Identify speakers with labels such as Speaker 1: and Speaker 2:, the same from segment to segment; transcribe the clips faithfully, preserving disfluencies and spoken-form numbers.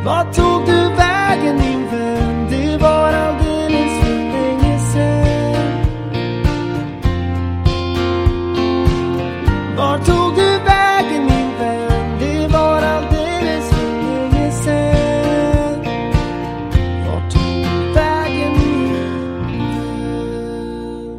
Speaker 1: Vart tog du vägen min vän? Det var alldeles för länge sedan. Vart tog du vägen min vän? Det var alldeles för länge sedan. Vart tog du vägen min vän?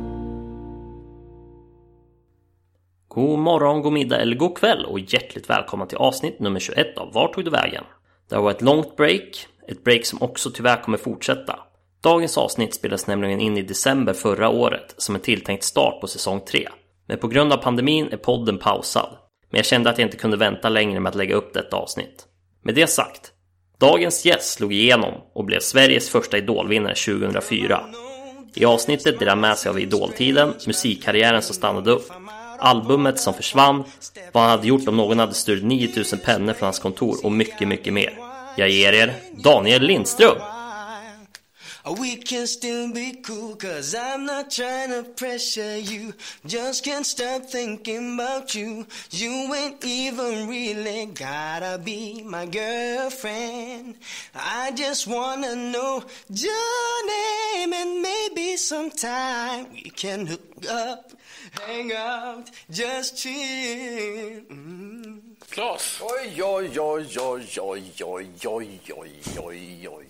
Speaker 2: God morgon, god middag eller god kväll och hjärtligt välkommen till avsnitt nummer tjugoett av Vart tog du vägen? Det har varit ett långt break, ett break som också tyvärr kommer fortsätta. Dagens avsnitt spelas nämligen in i december förra året som en tilltänkt start på säsong tre. Men på grund av pandemin är podden pausad. Men jag kände att jag inte kunde vänta längre med att lägga upp detta avsnitt. Med det sagt, dagens gäst slog igenom och blev Sveriges första idolvinnare tjugohundrafyra. I avsnittet delar med sig av idoltiden, musikkarriären som stannade upp, albumet som försvann, vad han hade gjort om någon hade stulit nio tusen pennor från hans kontor och mycket, mycket mer. Jag ger er Daniel Lindström.
Speaker 1: We can still be cool, cause I'm not trying to pressure you. Just can't stop thinking about you. You ain't even really gotta be my girlfriend. I just wanna know your name, and maybe sometime we can hook up, hang out, just chill. Mm.
Speaker 3: Klas. Oj, oj, oj, oj, oj, oj, oj, oj, oj, oj.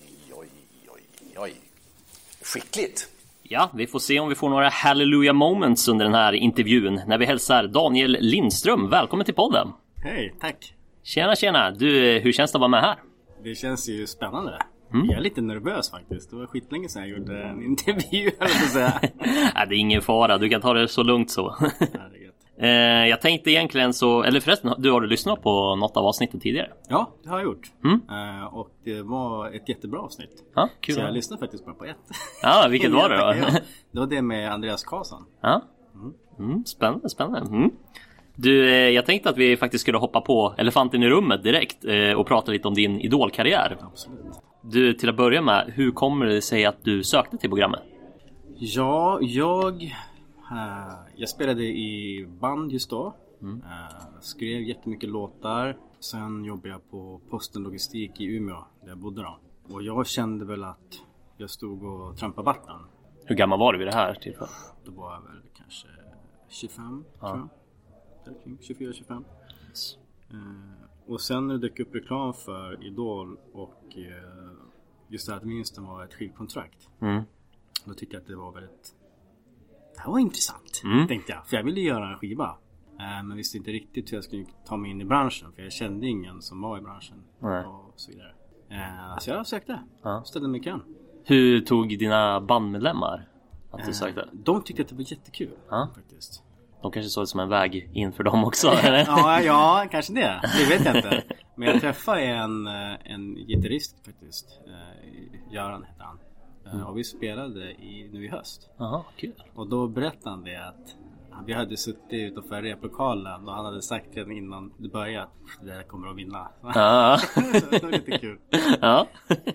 Speaker 3: Oj, skickligt.
Speaker 2: Ja, vi får se om vi får några hallelujah moments under den här intervjun när vi hälsar Daniel Lindström. Välkommen till podden.
Speaker 4: Hej, tack.
Speaker 2: Tjena, tjena. Du, hur känns det att vara med här?
Speaker 4: Det känns ju spännande.
Speaker 2: Mm.
Speaker 4: Jag är lite nervös faktiskt. Det var skitlänge sedan jag gjorde en intervju, eller så säga.
Speaker 2: Nej, det är ingen fara. Du kan ta det så lugnt så.
Speaker 4: Ja, det är gött.
Speaker 2: eh, jag tänkte egentligen så... Eller förresten, du har du lyssnat på något av avsnitten tidigare?
Speaker 4: Ja, det har jag gjort.
Speaker 2: Mm.
Speaker 4: Uh, och det var ett jättebra avsnitt.
Speaker 2: Ja, kul.
Speaker 4: Så jag lyssnade faktiskt bara på ett.
Speaker 2: Ja, vilket var det då?
Speaker 4: Ja, det var det med Andreas Karlsson.
Speaker 2: Ja, mm, spännande, spännande. Mm. Du, eh, jag tänkte att vi faktiskt skulle hoppa på elefanten i rummet direkt eh, och prata lite om din idolkarriär.
Speaker 4: Absolut.
Speaker 2: Du, till att börja med, hur kommer det sig att du sökte till programmet?
Speaker 4: Ja, jag... Uh, jag spelade i band just då. Mm. Uh, skrev jättemycket låtar. Sen jobbade jag på Posten Logistik i Umeå, där jag bodde då. Och jag kände väl att jag stod och trampade vatten.
Speaker 2: Hur gammal var du vid det här tillfället?
Speaker 4: Då var jag väl kanske tjugofem,
Speaker 2: ja.
Speaker 4: tror jag. tjugofyra tjugofem. Yes. Uh, och sen när det dök upp reklam för Idol och uh, just det här att vinsten var ett skivkontrakt.
Speaker 2: Mm.
Speaker 4: Då tyckte jag att det var väldigt... Det här var intressant,
Speaker 2: mm.
Speaker 4: tänkte jag. För jag ville göra en skiva. Uh, men visste inte riktigt hur jag skulle ta mig in i branschen. För jag kände ingen som var i branschen.
Speaker 2: Nej.
Speaker 4: Och så vidare. Uh, så jag sökte.
Speaker 2: Ja.
Speaker 4: Ställde mig i kön.
Speaker 2: Hur tog dina bandmedlemmar att du sökte? Uh,
Speaker 4: de tyckte att det var jättekul,
Speaker 2: ja.
Speaker 4: faktiskt.
Speaker 2: De kanske såg det som en väg in för dem också, eller?
Speaker 4: ja, ja, kanske det. Det vet jag inte. Men jag träffade en, en gitarrist faktiskt. Uh, Göran hette han. Uh, mm. Och vi spelade i, nu i höst.
Speaker 2: Jaha, kul.
Speaker 4: Och då berättade han det att vi hade suttit utanför replokalen och han hade sagt redan innan det började att det där kommer att vinna.
Speaker 2: Ja.
Speaker 4: Det var lite kul.
Speaker 2: Ja.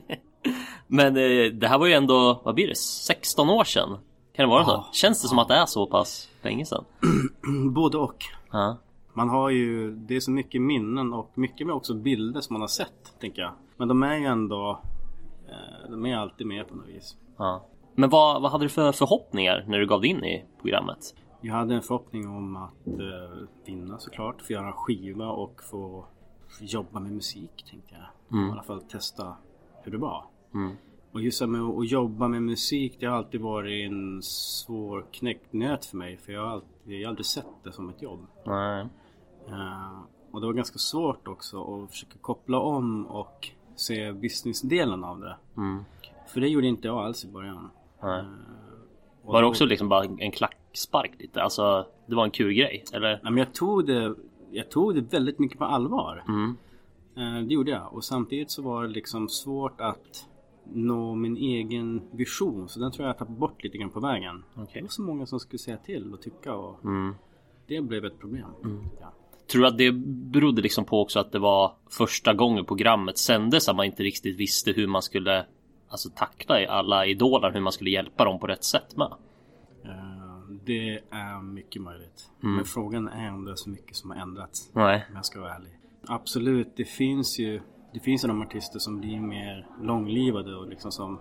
Speaker 2: Men eh, det här var ju ändå, vad blir det, sexton år sedan? Kan det vara ja. så? Känns det ja. som att det är så pass länge sedan?
Speaker 4: Både och.
Speaker 2: Ja.
Speaker 4: Man har ju, det är så mycket minnen och mycket med också bilder som man har sett, tänker jag. Men de är ju ändå, eh, de är alltid med på något vis.
Speaker 2: Ja. Men vad, vad hade du för förhoppningar när du gav dig in i programmet?
Speaker 4: Jag hade en förhoppning om att eh, vinna såklart, få göra en skiva och få jobba med musik, tänkte jag. Mm. I alla fall testa hur det var. Mm. Och just med att jobba med musik, det har alltid varit en svår knäckt nöt för mig. För jag har, alltid, jag har aldrig sett det som ett jobb.
Speaker 2: Nej.
Speaker 4: Uh, och det var ganska svårt också att försöka koppla om och se businessdelen av det. Mm. För det gjorde inte jag alls i början.
Speaker 2: Nej. Uh, var det också liksom bara en klackspark lite? Alltså, det var en kul grej, eller? Nej,
Speaker 4: men jag tog det, jag tog det väldigt mycket på allvar.
Speaker 2: Mm.
Speaker 4: Uh, det gjorde jag. Och samtidigt så var det liksom svårt att nå min egen vision. Så den tror jag jag tappade bort lite grann på vägen.
Speaker 2: Okay.
Speaker 4: Det var så många som skulle säga till och tycka. Och
Speaker 2: mm.
Speaker 4: det blev ett problem. Mm. Ja.
Speaker 2: Tror du att det berodde liksom på också att det var första gången programmet sändes, att man inte riktigt visste hur man skulle alltså tackla alla idoler, hur man skulle hjälpa dem på rätt sätt med?
Speaker 4: Uh, det är mycket möjligt.
Speaker 2: Mm.
Speaker 4: Men frågan är om det är så mycket som har ändrats.
Speaker 2: Nej.
Speaker 4: Om jag ska vara ärlig. Absolut, det finns ju det finns ju de artister som blir mer långlivade och liksom som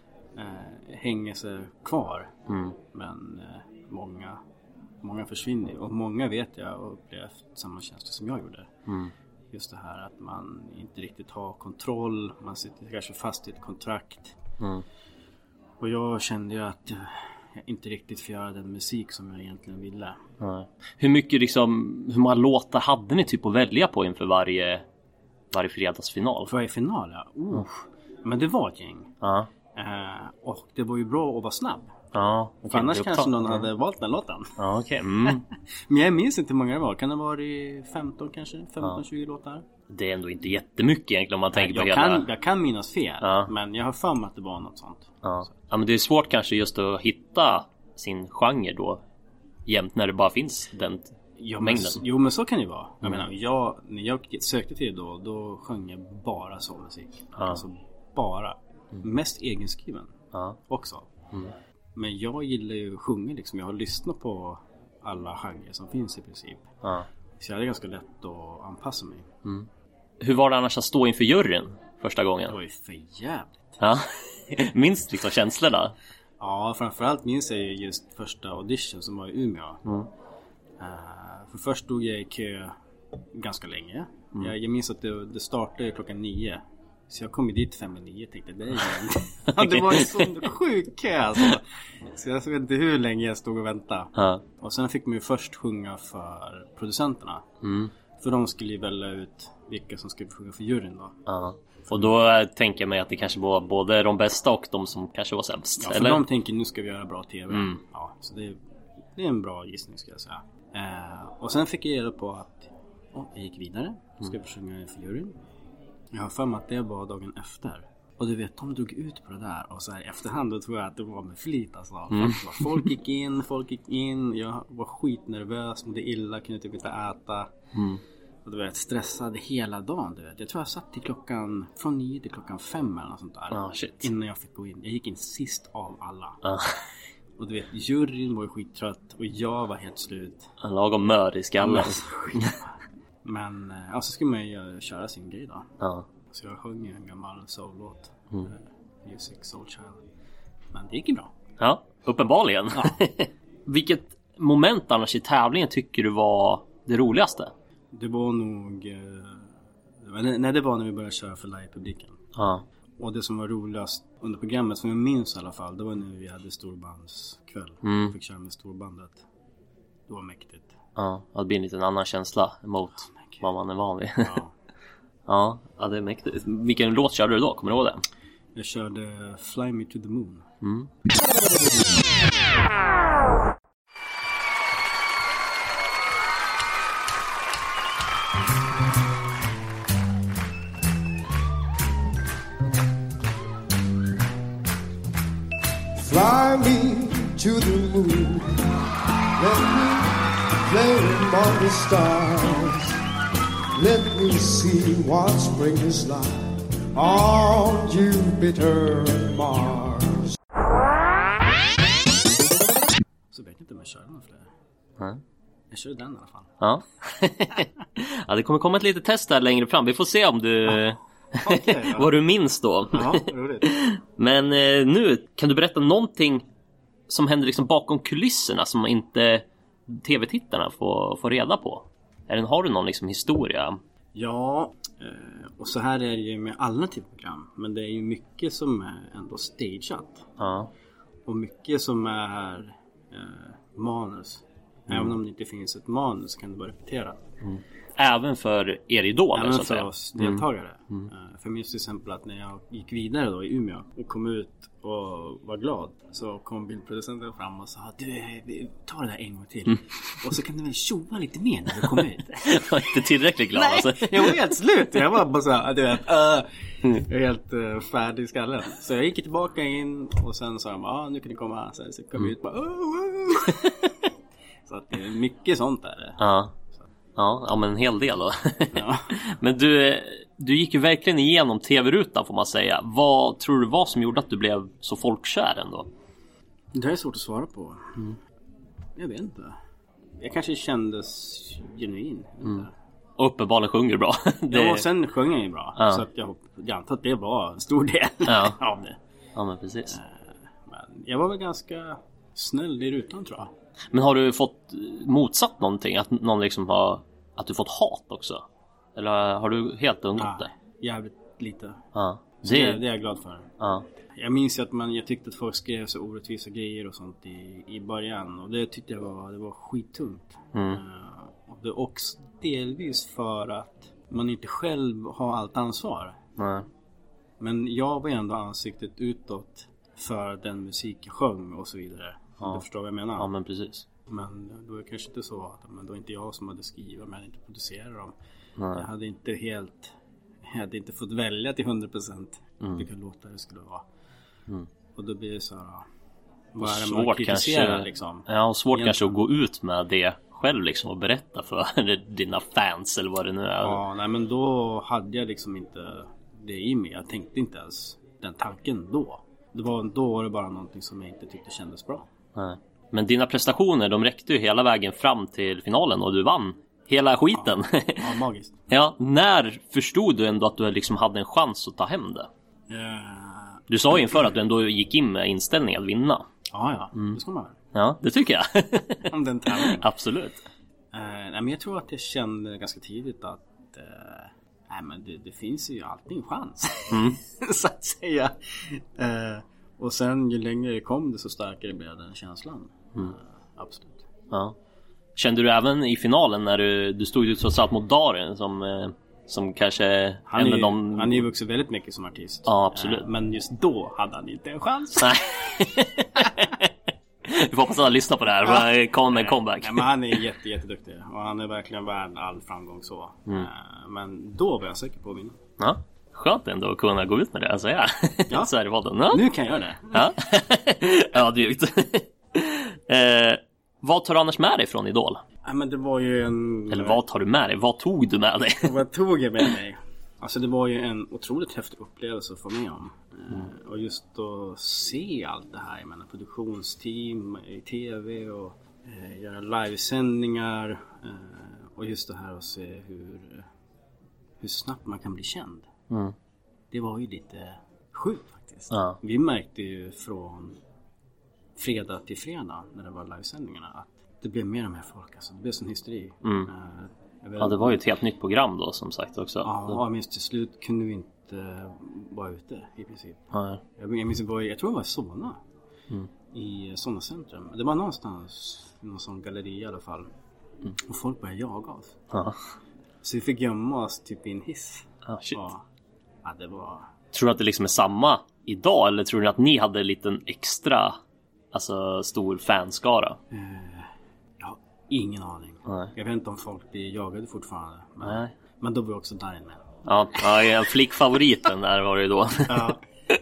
Speaker 4: eh, hänger sig kvar. Mm. Men eh, många, många försvinner. Och många vet jag och upplevt samma tjänster som jag gjorde. Mm. Just det här att man inte riktigt har kontroll. Man sitter kanske fast i ett kontrakt. Mm. Och jag kände ju att jag inte riktigt får göra den musik som jag egentligen ville.
Speaker 2: Mm. Hur mycket liksom, hur många låtar hade ni typ att välja på inför varje, varje fredagsfinal?
Speaker 4: För varje final, ja. Uh. Mm. Men det var ett gäng.
Speaker 2: Mm.
Speaker 4: Uh, och det var ju bra att vara snabb.
Speaker 2: Ja, okay.
Speaker 4: För annars kanske någon hade mm. valt den låten.
Speaker 2: Ja, okej. Okay. Mm.
Speaker 4: Men jag minns inte hur många det var. Kan det vara femton kanske? femton tjugo ja. Låtar?
Speaker 2: Det är ändå inte jättemycket egentligen om man tänker
Speaker 4: jag
Speaker 2: på
Speaker 4: kan,
Speaker 2: hela...
Speaker 4: Jag kan minnas fel.
Speaker 2: Ja.
Speaker 4: Men jag har för mig att det var något sånt.
Speaker 2: Ja. Ja, men det är svårt kanske just att hitta sin genre då. Jämt när det bara finns den
Speaker 4: jo,
Speaker 2: mängden.
Speaker 4: Men, jo, men så kan det vara. Jag mm. menar, jag, när jag sökte till det då, då sjöng jag bara soulmusik. Ja. Alltså bara. Mm. Mest egenskriven. Ja. Också. Mm. Men jag gillar ju att sjunga liksom. Jag har lyssnat på alla genrer som finns i princip. Ja. Så det är ganska lätt att anpassa mig.
Speaker 2: Mm. Hur var det annars att stå inför juryn första gången?
Speaker 4: Det var ju för jävligt.
Speaker 2: Ja. Minns liksom känslorna?
Speaker 4: Ja, framförallt minns jag ju just första audition som var i Umeå. Mm. Uh, för först stod jag i kö ganska länge. Mm. Jag, jag minns att det, det startade klockan nio. Så jag kom dit fem och nio och tänkte, det är ja, det var ju så sjuk kö alltså. Så jag vet inte hur länge jag stod och väntade. Ja. Och sen fick man ju först sjunga för producenterna. Mm. För de skulle ju välja ut vilka som skulle sjunga för juryn då.
Speaker 2: Ja. Och då tänker jag mig att det kanske var både de bästa och de som kanske var sämst.
Speaker 4: Ja, för eller? De tänker, nu ska vi göra bra tv. Mm. Ja, så det, det är en bra gissning ska jag säga. Eh, och sen fick jag reda på att oh, jag gick vidare. Ska vi sjunga för juryn. Jag har för mig att det var dagen efter. Och du vet, de dog ut på det där. Och så här i efterhand då tror jag att det var med flit alltså. Mm. Folk gick in, folk gick in. Jag var skitnervös, mådde illa, kunde typ inte äta. Mm. Och du vet, stressad hela dagen du vet. Jag tror jag satt till klockan, från nio till klockan fem eller något sånt där.
Speaker 2: Oh, shit.
Speaker 4: Innan jag fick gå in. Jag gick in sist av alla.
Speaker 2: Oh.
Speaker 4: Och du vet, juryn var ju skittrött. Och jag var helt slut.
Speaker 2: En lagom mör i skallen.
Speaker 4: Men ja, så skulle man ju köra sin grej då.
Speaker 2: Ja.
Speaker 4: Så jag sjöng en gammal soul-låt. Mm. Uh, Music Soul Child. Men det gick ju bra.
Speaker 2: Ja, uppenbarligen. Ja. Vilket moment annars i tävlingen tycker du var det roligaste?
Speaker 4: Det var nog... Uh, nej, det var när vi började köra för live-publiken.
Speaker 2: Ja.
Speaker 4: Och det som var roligast under programmet, som jag minns i alla fall, det var när vi hade storbandskväll.
Speaker 2: Mm.
Speaker 4: Vi fick köra med storbandet. Det var mäktigt.
Speaker 2: Ja, det blir en liten annan känsla mot oh, vad man är van vid.
Speaker 4: Ja.
Speaker 2: ja, ja, det är mäktigt. Vilken låt körde du då? Kommer du ihåg det?
Speaker 4: Jag körde Fly Me to the Moon.
Speaker 2: Mm.
Speaker 1: Fly me to the moon. Let me play among the stars. Let me see what spring is like on Jupiter and Mars.
Speaker 4: Så vet jag inte om jag kör den fler.
Speaker 2: Mm.
Speaker 4: Jag kör den i alla fall.
Speaker 2: Ja. Ja, det kommer komma ett litet test där längre fram. Vi får se om du...
Speaker 4: Ja. Okay, ja.
Speaker 2: Vad du minns då.
Speaker 4: Ja, roligt.
Speaker 2: Men eh, nu, kan du berätta någonting som händer liksom bakom kulisserna som inte tv-tittarna får, får reda på? Eller har du någon liksom historia?
Speaker 4: Ja, och så här är det ju med alla tv-program. Men det är ju mycket som är ändå stageat.
Speaker 2: Ja.
Speaker 4: Och mycket som är eh, manus. Mm. Även om det inte finns ett manus kan du bara repetera.
Speaker 2: Mm. Även för er idoler?
Speaker 4: Även
Speaker 2: så att
Speaker 4: för
Speaker 2: säga.
Speaker 4: oss deltagare.
Speaker 2: Mm.
Speaker 4: Mm. För mig till exempel att när jag gick vidare då i Umeå och kom ut och var glad, så kom bildproducenten fram och sa, du, ta det där en gång till. Mm. Och så kan du väl tjoa lite mer när du kommer ut.
Speaker 2: Jag var inte tillräckligt glad.
Speaker 4: Nej,
Speaker 2: alltså.
Speaker 4: Jag var helt slut. Jag var bara så här, du vet, uh, jag är helt uh, färdig i skallen. Så jag gick tillbaka in och sen sa de, ja ah, nu kan ni komma. Så, så kom jag mm. ut bara, oh, oh. Så att det är mycket sånt där.
Speaker 2: Ja. Ja, ja, men en hel del då.
Speaker 4: Ja.
Speaker 2: Men du, du gick ju verkligen igenom tv-rutan får man säga. Vad tror du var som gjorde att du blev så folkkär ändå?
Speaker 4: Det är svårt att svara på. Mm. Jag vet inte. Jag kanske kändes genuin.
Speaker 2: Mm. Och uppenbarligen sjunger bra. det...
Speaker 4: Ja, och sen sjöng han ju bra. Ja. Så att jag, jag antar att det var en stor del
Speaker 2: ja.
Speaker 4: av det.
Speaker 2: Ja, men precis.
Speaker 4: Men jag var väl ganska snäll i rutan, tror jag.
Speaker 2: Men har du fått motsatt någonting? Att någon liksom har... Att du fått hat också? Eller har du helt undgått
Speaker 4: ja,
Speaker 2: det?
Speaker 4: Jävligt lite.
Speaker 2: Ja.
Speaker 4: Det... Det, det är jag glad för.
Speaker 2: Ja.
Speaker 4: Jag minns att man, jag tyckte att folk skrev så orättvisa grejer och sånt i, i början. Och det tyckte jag var, det var skittungt. Mm. Uh, och det är också delvis för att man inte själv har allt ansvar.
Speaker 2: Nej.
Speaker 4: Men jag var ändå ansiktet utåt för den musik jag sjöng och så vidare. Ja. Du förstår vad jag menar?
Speaker 2: Ja, men precis.
Speaker 4: Men då är det kanske inte så att men då är inte jag som hade skrivit, men jag hade inte producerat dem.
Speaker 2: Nej.
Speaker 4: Jag hade inte helt... Jag hade inte fått välja till hundra procent
Speaker 2: mm.
Speaker 4: vilka låtar det skulle vara.
Speaker 2: Mm.
Speaker 4: Och då blir det så här... Vad är det
Speaker 2: svårt
Speaker 4: man kritiserar
Speaker 2: kanske,
Speaker 4: liksom?
Speaker 2: Ja, och svårt
Speaker 4: egentligen.
Speaker 2: Kanske att gå ut med det själv liksom och berätta för dina fans eller vad det nu är.
Speaker 4: Ja, nej men då hade jag liksom inte det i mig. Jag tänkte inte ens den tanken då. Det var, då var det bara någonting som jag inte tyckte kändes bra.
Speaker 2: Nej. Men dina prestationer, de räckte ju hela vägen fram till finalen och du vann hela skiten.
Speaker 4: Ja, ja magiskt.
Speaker 2: Ja, när förstod du ändå att du liksom hade en chans att ta hem det?
Speaker 4: Uh,
Speaker 2: du sa ju inför att du ändå gick in med inställningen att vinna.
Speaker 4: Ja, ja.
Speaker 2: Mm.
Speaker 4: Det ska man.
Speaker 2: Ja, det tycker jag.
Speaker 4: Om den tävlingen.
Speaker 2: Absolut.
Speaker 4: Uh, nej, men jag tror att jag kände ganska tidigt att uh, nej, men det, det finns ju alltid en chans. Mm. Så att säga. Uh, och sen ju längre det kom, det så starkare blev den känslan. Mm. Uh, absolut.
Speaker 2: Ja. Kände du även i finalen när du, du stod ju trots allt mot Darin som, eh, som kanske...
Speaker 4: Han är,
Speaker 2: de...
Speaker 4: han är ju vuxit väldigt mycket som artist.
Speaker 2: Ja, absolut.
Speaker 4: Uh, men just då hade han inte en chans.
Speaker 2: Nej. Vi får hoppas att han lyssnar på det här. Ja. Kom med en comeback.
Speaker 4: Ja, men han är jätte, jätteduktig. Och han är verkligen värd all framgång så. Mm. Uh, men då var jag säker på att vinna.
Speaker 2: Ja. Skönt ändå att kunna gå ut med det, alltså, ja.
Speaker 4: Ja.
Speaker 2: Så är det vadden. Ja.
Speaker 4: Nu kan jag göra det.
Speaker 2: Ja, ja djupt. eh, vad tar du annars med dig från Idol?
Speaker 4: Ja, men det var ju en...
Speaker 2: Eller vad tar du med dig? Vad tog du med dig?
Speaker 4: Vad tog jag med mig? Alltså det var ju en otroligt häftig upplevelse att få med om. Mm. Och just att se allt det här. Jag menar produktionsteam i tv och eh, göra livesändningar. Eh, och just det här att se hur, hur snabbt man kan bli känd.
Speaker 2: Mm.
Speaker 4: Det var ju lite sjukt faktiskt. Ja. Vi märkte ju från fredag till fredag när det var livesändningarna att det blev mer och mer folk. Alltså. Det blev sån hysteri.
Speaker 2: Mm. Uh, ja, det var ju ett helt nytt program då som sagt också.
Speaker 4: Ja, så. Jag minns till slut kunde vi inte uh, vara ute i princip.
Speaker 2: Ja.
Speaker 4: Jag, jag minns det var, jag tror det var i Solna.
Speaker 2: Mm.
Speaker 4: I Solna centrum. Det var någonstans, någon sån galleri i alla fall. Mm. Och folk började jaga oss.
Speaker 2: Ja.
Speaker 4: Så vi fick gömma oss typ i en hiss.
Speaker 2: Ah, shit.
Speaker 4: Ja, ja, det var...
Speaker 2: Tror du att det liksom är samma idag? Eller tror du att ni hade en liten extra, alltså stor fanskara?
Speaker 4: Uh, jag har ingen aning.
Speaker 2: Nej. Jag
Speaker 4: vet inte om folk blir jagade fortfarande. Men,
Speaker 2: Nej.
Speaker 4: men då var också Darin med.
Speaker 2: Ja, ja flickfavoriten där var det då.
Speaker 4: Ja.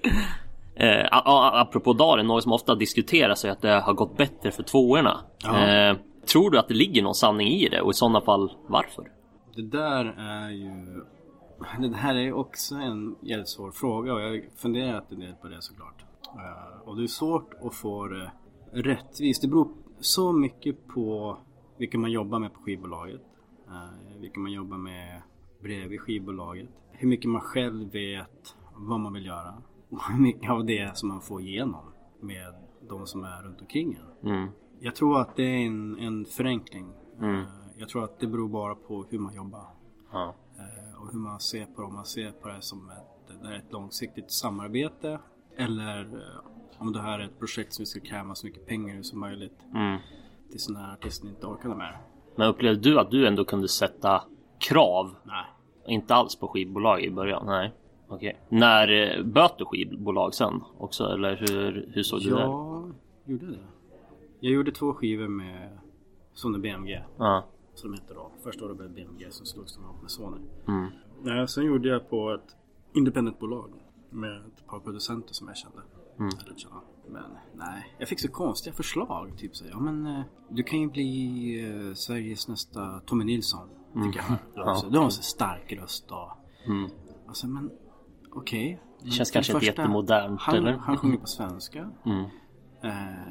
Speaker 2: eh, apropå Darin, något som ofta diskuteras är att det har gått bättre för tvåorna.
Speaker 4: Ja.
Speaker 2: Eh, tror du att det ligger någon sanning i det? Och i sådana fall, varför?
Speaker 4: Det där är ju... Det här är också en jävligt svår fråga och jag har funderat en del på det såklart. Uh, och det är svårt att få det rättvist. Det beror så mycket på vilka man jobbar med på skivbolaget. Uh, vilka man jobbar med bredvid skivbolaget. Hur mycket man själv vet vad man vill göra. Och hur mycket av det som man får igenom med de som är runt omkring en. Mm. Jag tror att det är en, en förenkling. Mm. Uh, jag tror att det beror bara på hur man jobbar.
Speaker 2: Ja.
Speaker 4: Och hur man ser på det. Om man ser på det som ett, det är ett långsiktigt samarbete. Eller om det här är ett projekt som vi ska kräva så mycket pengar som möjligt. Mm. Till sådana här artister inte orkar med.
Speaker 2: Men upplevde du att du ändå kunde sätta krav?
Speaker 4: Nej.
Speaker 2: Inte alls på skivbolag i början? Nej. Okej. Okay. När böt du skivbolag sen också? Eller hur, hur såg du det?
Speaker 4: Jag gjorde det. Jag gjorde två skivor med Sony B M G.
Speaker 2: Ja.
Speaker 4: Som de hette då. Först var det B M G som slogs de ihop med Sony.
Speaker 2: Mm.
Speaker 4: Ja, sen gjorde jag på ett independentbolag med ett par producenter som jag kände. Mm. Men nej, jag fick så konstiga förslag. Typ så, ja men uh, du kan ju bli uh, Sveriges nästa Tommy Nilsson. Mm. Tycker jag. Du har, så, du har en så stark röst då.
Speaker 2: Mm.
Speaker 4: Alltså men, okej. Okay.
Speaker 2: Det känns kanske inte jättemodernt
Speaker 4: han,
Speaker 2: eller?
Speaker 4: Han sjunger på svenska.
Speaker 2: Mm.
Speaker 4: Uh,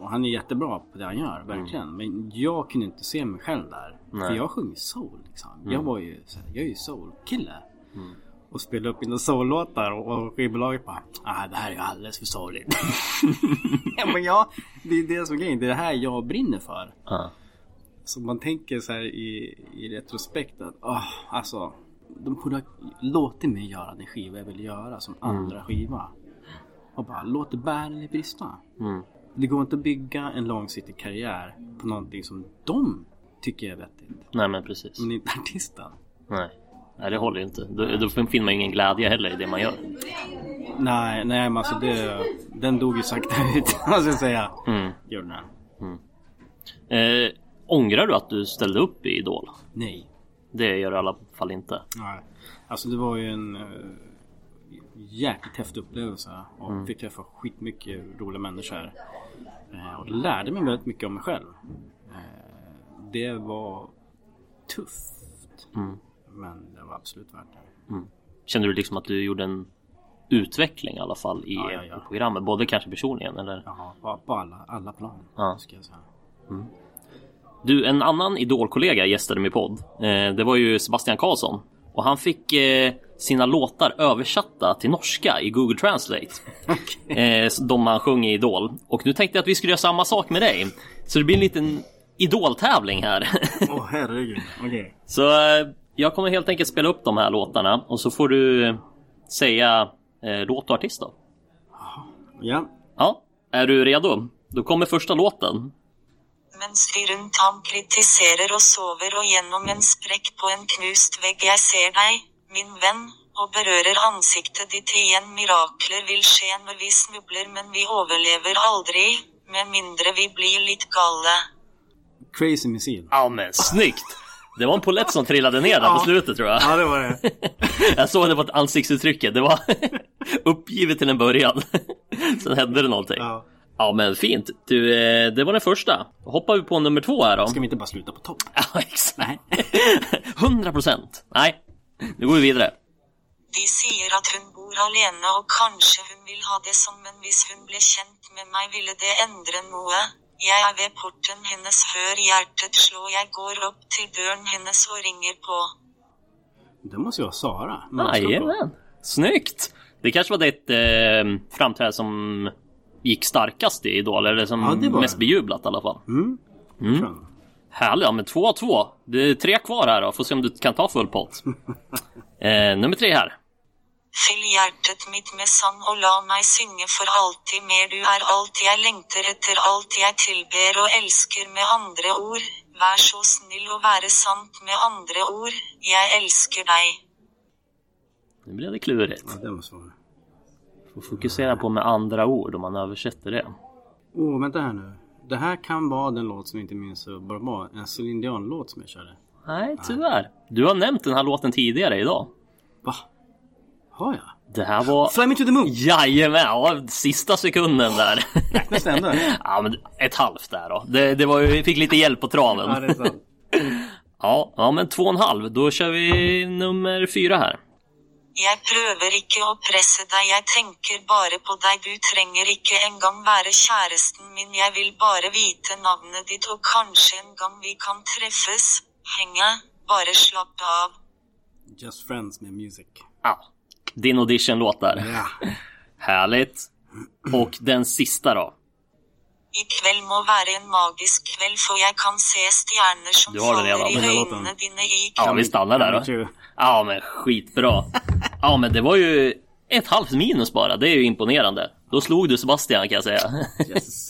Speaker 4: Och han är jättebra på det han gör, verkligen. Mm. Men jag kunde inte se mig själv där. Nej. För jag sjunger soul liksom. Mm. Jag var ju så här, jag är ju soul-kille. Mm. Och spelade upp mina soul-låtar. Och, och skivbolaget bara, ah, det här är ju alldeles för souligt. Ja, men ja, det är det som är grejen. Det är det här jag brinner för. Uh. Så man tänker så här i, i retrospekt att, oh, alltså, de borde ha låtit mig göra den skiva jag vill göra som mm. andra skiva. Och bara, låt det bära eller brista. Mm. Det går inte att bygga en långsiktig karriär på någonting som de tycker är vettigt.
Speaker 2: Nej, men precis.
Speaker 4: Men inte artisten.
Speaker 2: Nej, nej det håller ju inte. Då, då finner man ingen glädje heller i det man gör.
Speaker 4: Nej, nej men alltså det, den dog ju sakta ut, måste jag säga. Mm. Gör den här.
Speaker 2: Mm. Eh, ångrar du att du ställde upp i Idol?
Speaker 4: Nej.
Speaker 2: Det gör du i alla fall inte.
Speaker 4: Nej, alltså det var ju en... jäkligt häftig upplevelse och mm. fick träffa skitmycket roliga människor eh, och lärde mig väldigt mycket om mig själv. Eh, det var tufft mm. men det var absolut värt det.
Speaker 2: Mm. Kände du liksom att du gjorde en utveckling i alla fall i
Speaker 4: ja, ja, ja.
Speaker 2: programmet, både kanske personligen eller?
Speaker 4: Ja, på, på alla, alla plan
Speaker 2: ja.
Speaker 4: ska jag säga.
Speaker 2: Mm. Du, en annan idolkollega gästade min podd. Eh, det var ju Sebastian Karlsson. Och han fick eh, sina låtar översatta till norska i Google Translate. Okay. Eh, de han sjöng i Idol. Och nu tänkte jag att vi skulle göra samma sak med dig. Så det blir en liten idoltävling här.
Speaker 4: Åh oh, herregud, okej. Okay.
Speaker 2: Så eh, jag kommer helt enkelt spela upp de här låtarna. Och så får du eh, säga eh, låt och artist då.
Speaker 4: Ja.
Speaker 2: Ja, är du redo? Då kommer första låten.
Speaker 5: Mens vi rundt ham kritiserer og sover og gjennom en sprekk på en knust vegg jeg ser deg, min venn, og berører ansiktet ditt igjen. Mirakler vil skje når vi snubler, men vi overlever aldri, med mindre vi blir litt gale.
Speaker 4: Crazy Missile.
Speaker 2: Ja, men snyggt! Det var en polett som trillade ner där på slutet, tror jag.
Speaker 4: Ja, det var det.
Speaker 2: Jag såg det på ett ansiktsuttrycket. Det var uppgivet till en början. Sen hände det någonting. Ja. Ja, men fint. Du, det var den första. Hoppar vi på nummer två här då.
Speaker 4: Ska vi inte bara sluta på topp?
Speaker 2: Ja, exakt. Nej. hundra procent. Nej, nu går vi vidare.
Speaker 5: De sier at hun bor alene og kanskje hun vil ha det sånn, men hvis hun ble kjent med meg ville det endre noe. Jeg er ved porten hennes, hør hjertet slå, jeg går opp til døren hennes og ringer på.
Speaker 4: Det måste jag Sara.
Speaker 2: Jajamän. Snyggt. Det kanske var det eh, framträdande som gick starkast i Idol, eller som ja, mest bejublat i alla fall.
Speaker 4: Mm.
Speaker 2: Mm. Härligt, ja, men två av två. Det är tre kvar här då. Får se om du kan ta full pott. eh, nummer tre här.
Speaker 5: Fyll hjärtat mitt med sång och la mig synge för alltid mer. Du är allt jag längtar efter, allt jag tillber och älskar med andra ord. Vär så snill och vara sant med andra ord. Jag älskar dig.
Speaker 2: Nu blir det klurigt.
Speaker 4: Ja, det måste vara.
Speaker 2: Får fokusera på med andra ord om man översätter det.
Speaker 4: Åh, oh, vänta här nu. Det här kan vara den låt som jag inte minns så bara var. En Céline Dion-låt som jag körde.
Speaker 2: Nej, tyvärr. Du har nämnt den här låten tidigare idag.
Speaker 4: Va? Har jag?
Speaker 2: Det här var...
Speaker 4: Fly Me To The Moon!
Speaker 2: Jajamän, ja, sista sekunden där.
Speaker 4: Räknas ändå?
Speaker 2: Ja, men ett halvt där då. Det, det var ju, vi fick lite hjälp på traven.
Speaker 4: Ja, det är sant.
Speaker 2: ja, ja, men två och en halv. Då kör vi nummer fyra här.
Speaker 5: Jeg prøver ikke å presse deg, jeg tenker bare på deg. Du trenger ikke engang være kjæresten min, jeg vil bare vite navnet ditt, og kanskje en gang vi kan treffes, henge, bare slapp av.
Speaker 4: Just Friends med Music.
Speaker 2: Ja, din audition-låt där.
Speaker 4: Ja.
Speaker 2: Härligt. Och den sista då?
Speaker 5: I kväll må være en magisk kväll, för jag kan se stjärnor som faller i ögonen dina i kväll.
Speaker 2: Ja, vi stannar där då. Ja, men skitbra. Ja, men det var ju ett halvt minus bara. Det är ju imponerande. Då slog du Sebastian, kan jag säga.
Speaker 4: Yes.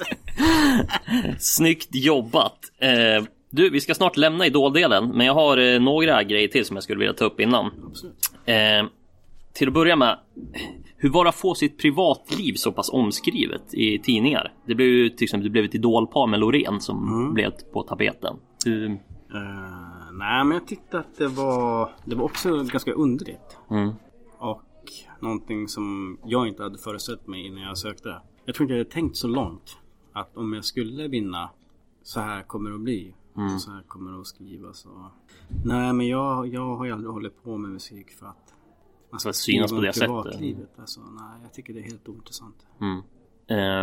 Speaker 2: Snyggt jobbat. Eh, du, vi ska snart lämna idoldelen, men jag har eh, några grejer till som jag skulle vilja ta upp innan. Eh, till att börja med, hur var det att få sitt privatliv så pass omskrivet i tidningar? Det blev ju till exempel det blev ett idolpar med Loreen som mm. blev på tapeten. Du...
Speaker 4: Uh, nej, men jag tyckte att det var det var också ganska underligt.
Speaker 2: Mm.
Speaker 4: Och någonting som jag inte hade förutsett mig innan jag sökte. Jag tror inte jag hade tänkt så långt att om jag skulle vinna, så här kommer det att bli. Mm. Så här kommer det att skrivas. Och... Nej, men jag, jag har ju aldrig hållit på med musik för att
Speaker 2: alltså, synas på det sättet.
Speaker 4: Alltså, nej, jag tycker det är helt ointressant.
Speaker 2: Mm. Um,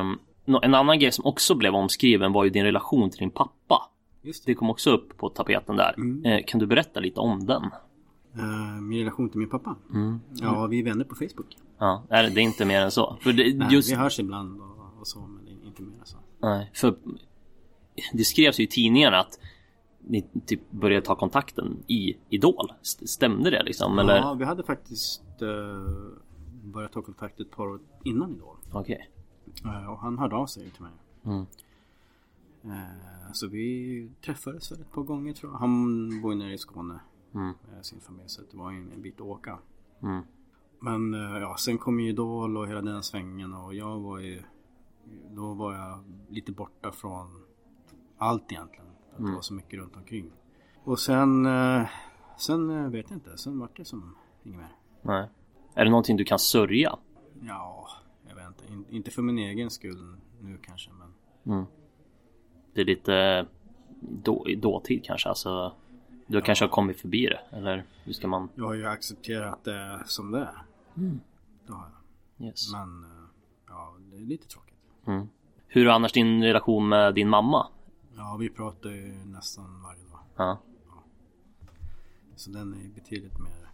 Speaker 2: en annan grej som också blev omskriven var ju din relation till din pappa.
Speaker 4: Just det.
Speaker 2: Det kom också upp på tapeten där.
Speaker 4: Mm.
Speaker 2: Eh, kan du berätta lite om den?
Speaker 4: Uh, min relation till min pappa?
Speaker 2: Mm.
Speaker 4: Ja, vi är vänner på Facebook.
Speaker 2: Ja, är det, det är inte mer än så. För det,
Speaker 4: Nej,
Speaker 2: just...
Speaker 4: vi hörs ibland och, och så, men det är inte mer än så.
Speaker 2: Nej, för det skrevs ju i tidningarna att ni typ började ta kontakten i Idol. Stämde det liksom? Eller?
Speaker 4: Ja, vi hade faktiskt uh, börjat ta kontakt ett par år innan Idol.
Speaker 2: Okej.
Speaker 4: Okay. Uh, och han hörde av sig till mig.
Speaker 2: Mm.
Speaker 4: Uh, så vi träffades väl ett par gånger tror jag. Han bor nere i Skåne
Speaker 2: Mm.
Speaker 4: med sin familj, så det var en, en bit att åka.
Speaker 2: Mm.
Speaker 4: Men uh, ja, sen kom ju Idol och hela den svängen, och jag var ju, då var jag lite borta från allt egentligen. För att
Speaker 2: Mm.
Speaker 4: det var så mycket runt omkring. Och sen, uh, sen uh, vet jag inte, sen var det som inget mer.
Speaker 2: Nej. Är det någonting du kan sörja?
Speaker 4: Ja, jag vet inte. In, inte för min egen skull nu kanske, men...
Speaker 2: Mm. Det är lite då, i dåtid kanske, alltså du ja. kanske har kommit förbi det, eller hur ska man?
Speaker 4: Jag har ju accepterat det som det är.
Speaker 2: Mm.
Speaker 4: Det har jag.
Speaker 2: Yes.
Speaker 4: Men ja, det är lite tråkigt.
Speaker 2: Mm. Hur är annars din relation med din mamma?
Speaker 4: Ja, vi pratar ju nästan varje dag.
Speaker 2: Ja.
Speaker 4: Ja. Så den är betydligt mer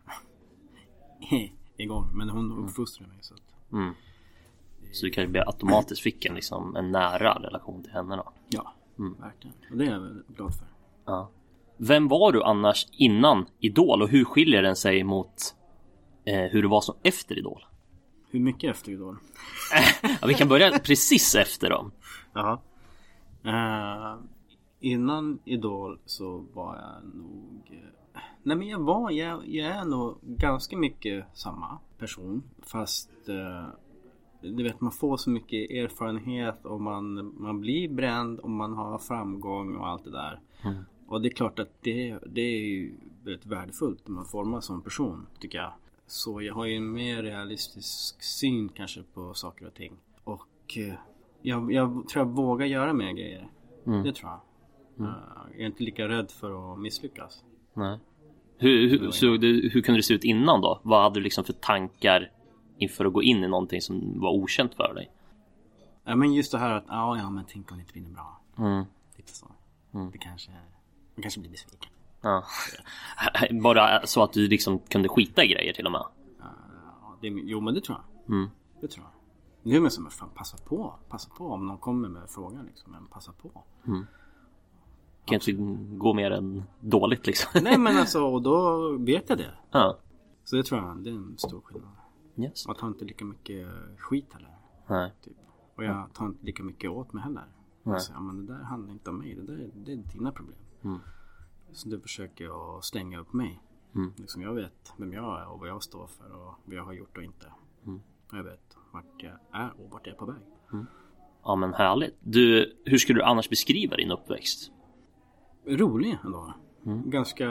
Speaker 4: igång, men hon uppfostrar mig så att...
Speaker 2: Mm. Så du kanske blir automatiskt fick en, liksom, en nära relation till henne då?
Speaker 4: Ja,
Speaker 2: mm.
Speaker 4: verkligen. Och det är jag väldigt glad för.
Speaker 2: Ja. Vem var du annars innan Idol, och hur skiljer den sig mot eh, hur du var som efter Idol?
Speaker 4: Hur mycket efter Idol?
Speaker 2: Ja, vi kan börja precis efter då.
Speaker 4: Jaha. Uh, innan Idol så var jag nog... Uh, nej men jag var, jag, jag är nog ganska mycket samma person. Fast... Uh, du vet, man får så mycket erfarenhet och man, man blir bränd och man har framgång och allt det där. Mm. Och det är klart att det, det är ju väldigt värdefullt när man formar som person, tycker jag. Så jag har ju en mer realistisk syn kanske på saker och ting. Och eh, jag, jag tror jag vågar göra mer grejer. Mm. Det tror jag. Mm. Uh, jag är inte lika rädd för att misslyckas.
Speaker 2: Nej. Hur, hur, så du, hur kunde det se ut innan då? Vad hade du liksom för tankar inför att gå in i någonting som var okänt för dig?
Speaker 4: Ja, men just det här att ja, ja men tänk om det inte blir bra.
Speaker 2: Mm.
Speaker 4: Lite så. Mm. Det kanske, man kanske blir besviken.
Speaker 2: Ja. Bara så att du liksom kunde skita i grejer till och med.
Speaker 4: Ja, det, jo men det tror jag.
Speaker 2: Mm.
Speaker 4: Det tror jag. Nu är man som fan, passa på. Passa på om någon kommer med frågan liksom. Men passa på.
Speaker 2: Mm. Kan inte gå mer än dåligt liksom.
Speaker 4: Nej men alltså, och då vet jag det.
Speaker 2: Ja.
Speaker 4: Så det tror jag, det är en stor skillnad.
Speaker 2: Yes.
Speaker 4: Jag tar inte lika mycket skit heller.
Speaker 2: Nej.
Speaker 4: Typ. Och jag tar inte lika mycket åt mig heller. Alltså, ja, men det där handlar inte om mig. Det där det är dina problem.
Speaker 2: Mm.
Speaker 4: Så du försöker jag slänga upp mig.
Speaker 2: Mm.
Speaker 4: Liksom jag vet vem jag är och vad jag står för och vad jag har gjort och inte. Mm. Och jag vet vart jag är och vart jag är på väg.
Speaker 2: Mm. Ja men härligt. Du, hur skulle du annars beskriva din uppväxt?
Speaker 4: Rolig ändå.
Speaker 2: Mm.
Speaker 4: Ganska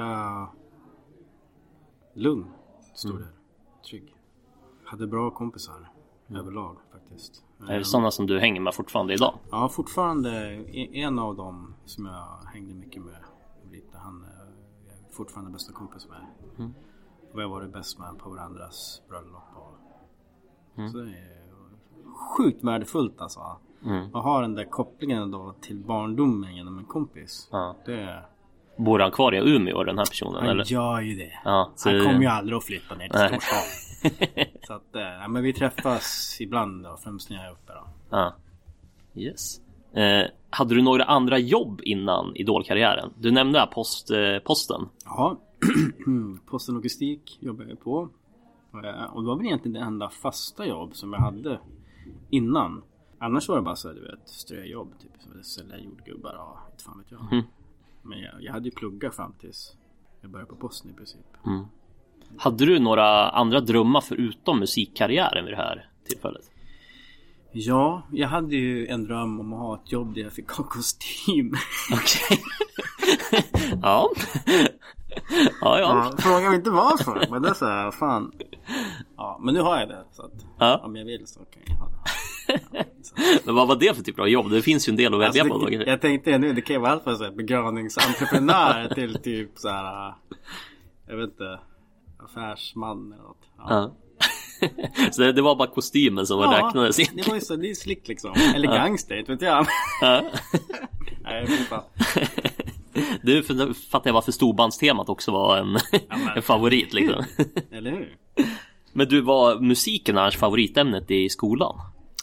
Speaker 4: lugn. Stor del. Mm. Trygg. Hade bra kompisar mm. överlag faktiskt.
Speaker 2: Är det sådana som du hänger med fortfarande idag?
Speaker 4: Ja, fortfarande en av dem som jag hängde mycket med lite, han är fortfarande bästa kompis med. Mm. Och vi har varit bäst med på varandras bröllop och mm. så det är sjukt värdefullt alltså. Mm. Att ha den där kopplingen då till barndomen genom en kompis. Ja. Det är...
Speaker 2: Bor han kvar i Umeå, den här personen?
Speaker 4: Han
Speaker 2: eller?
Speaker 4: gör ju det.
Speaker 2: Ja, så...
Speaker 4: Han kommer ju aldrig att flytta ner till storstan. Så att, äh, men vi träffas ibland då, främst när jag är uppe då.
Speaker 2: Ja. Yes. Eh, hade du några andra jobb innan idolkarriären? Du nämnde post, eh, posten.
Speaker 4: Ja, posten logistik jobbade jag på. Och det var väl egentligen det enda fasta jobb som jag hade innan. Annars var det bara så, du vet, ströjobb typ, som sälja jordgubbar och inte fan vet jag. Mm. Men jag, jag hade ju pluggat fram tills jag började på posten i princip.
Speaker 2: Mm. Hade du några andra drömmar förutom musikkarriären vid det här tillfället?
Speaker 4: Ja, jag hade ju en dröm om att ha ett jobb där jag fick ha kostym.
Speaker 2: Okej. Ja. Ja, ja.
Speaker 4: Ja, fråga mig inte varför, men det är så här, fan. Ja, men nu har jag det, så att
Speaker 2: ja.
Speaker 4: Om jag vill så kan jag ha det. Ja,
Speaker 2: men vad var det för typ av jobb? Det finns ju en del att välja
Speaker 4: alltså,
Speaker 2: på.
Speaker 4: Det, jag tänkte nu, det kan ju vara allt från så här begravningsentreprenör till typ så här, jag vet inte, affärsman eller något. Ja.
Speaker 2: Så det, det var bara kostymen som
Speaker 4: ja,
Speaker 2: räknades in.
Speaker 4: Det var ju så, det är slick liksom. Eller gangster, vet jag. Nej, fan.
Speaker 2: Du fattar jag varför storbandstemat också var en, ja, men, en favorit liksom.
Speaker 4: Eller hur?
Speaker 2: Men du, var musiken annars favoritämnet i skolan?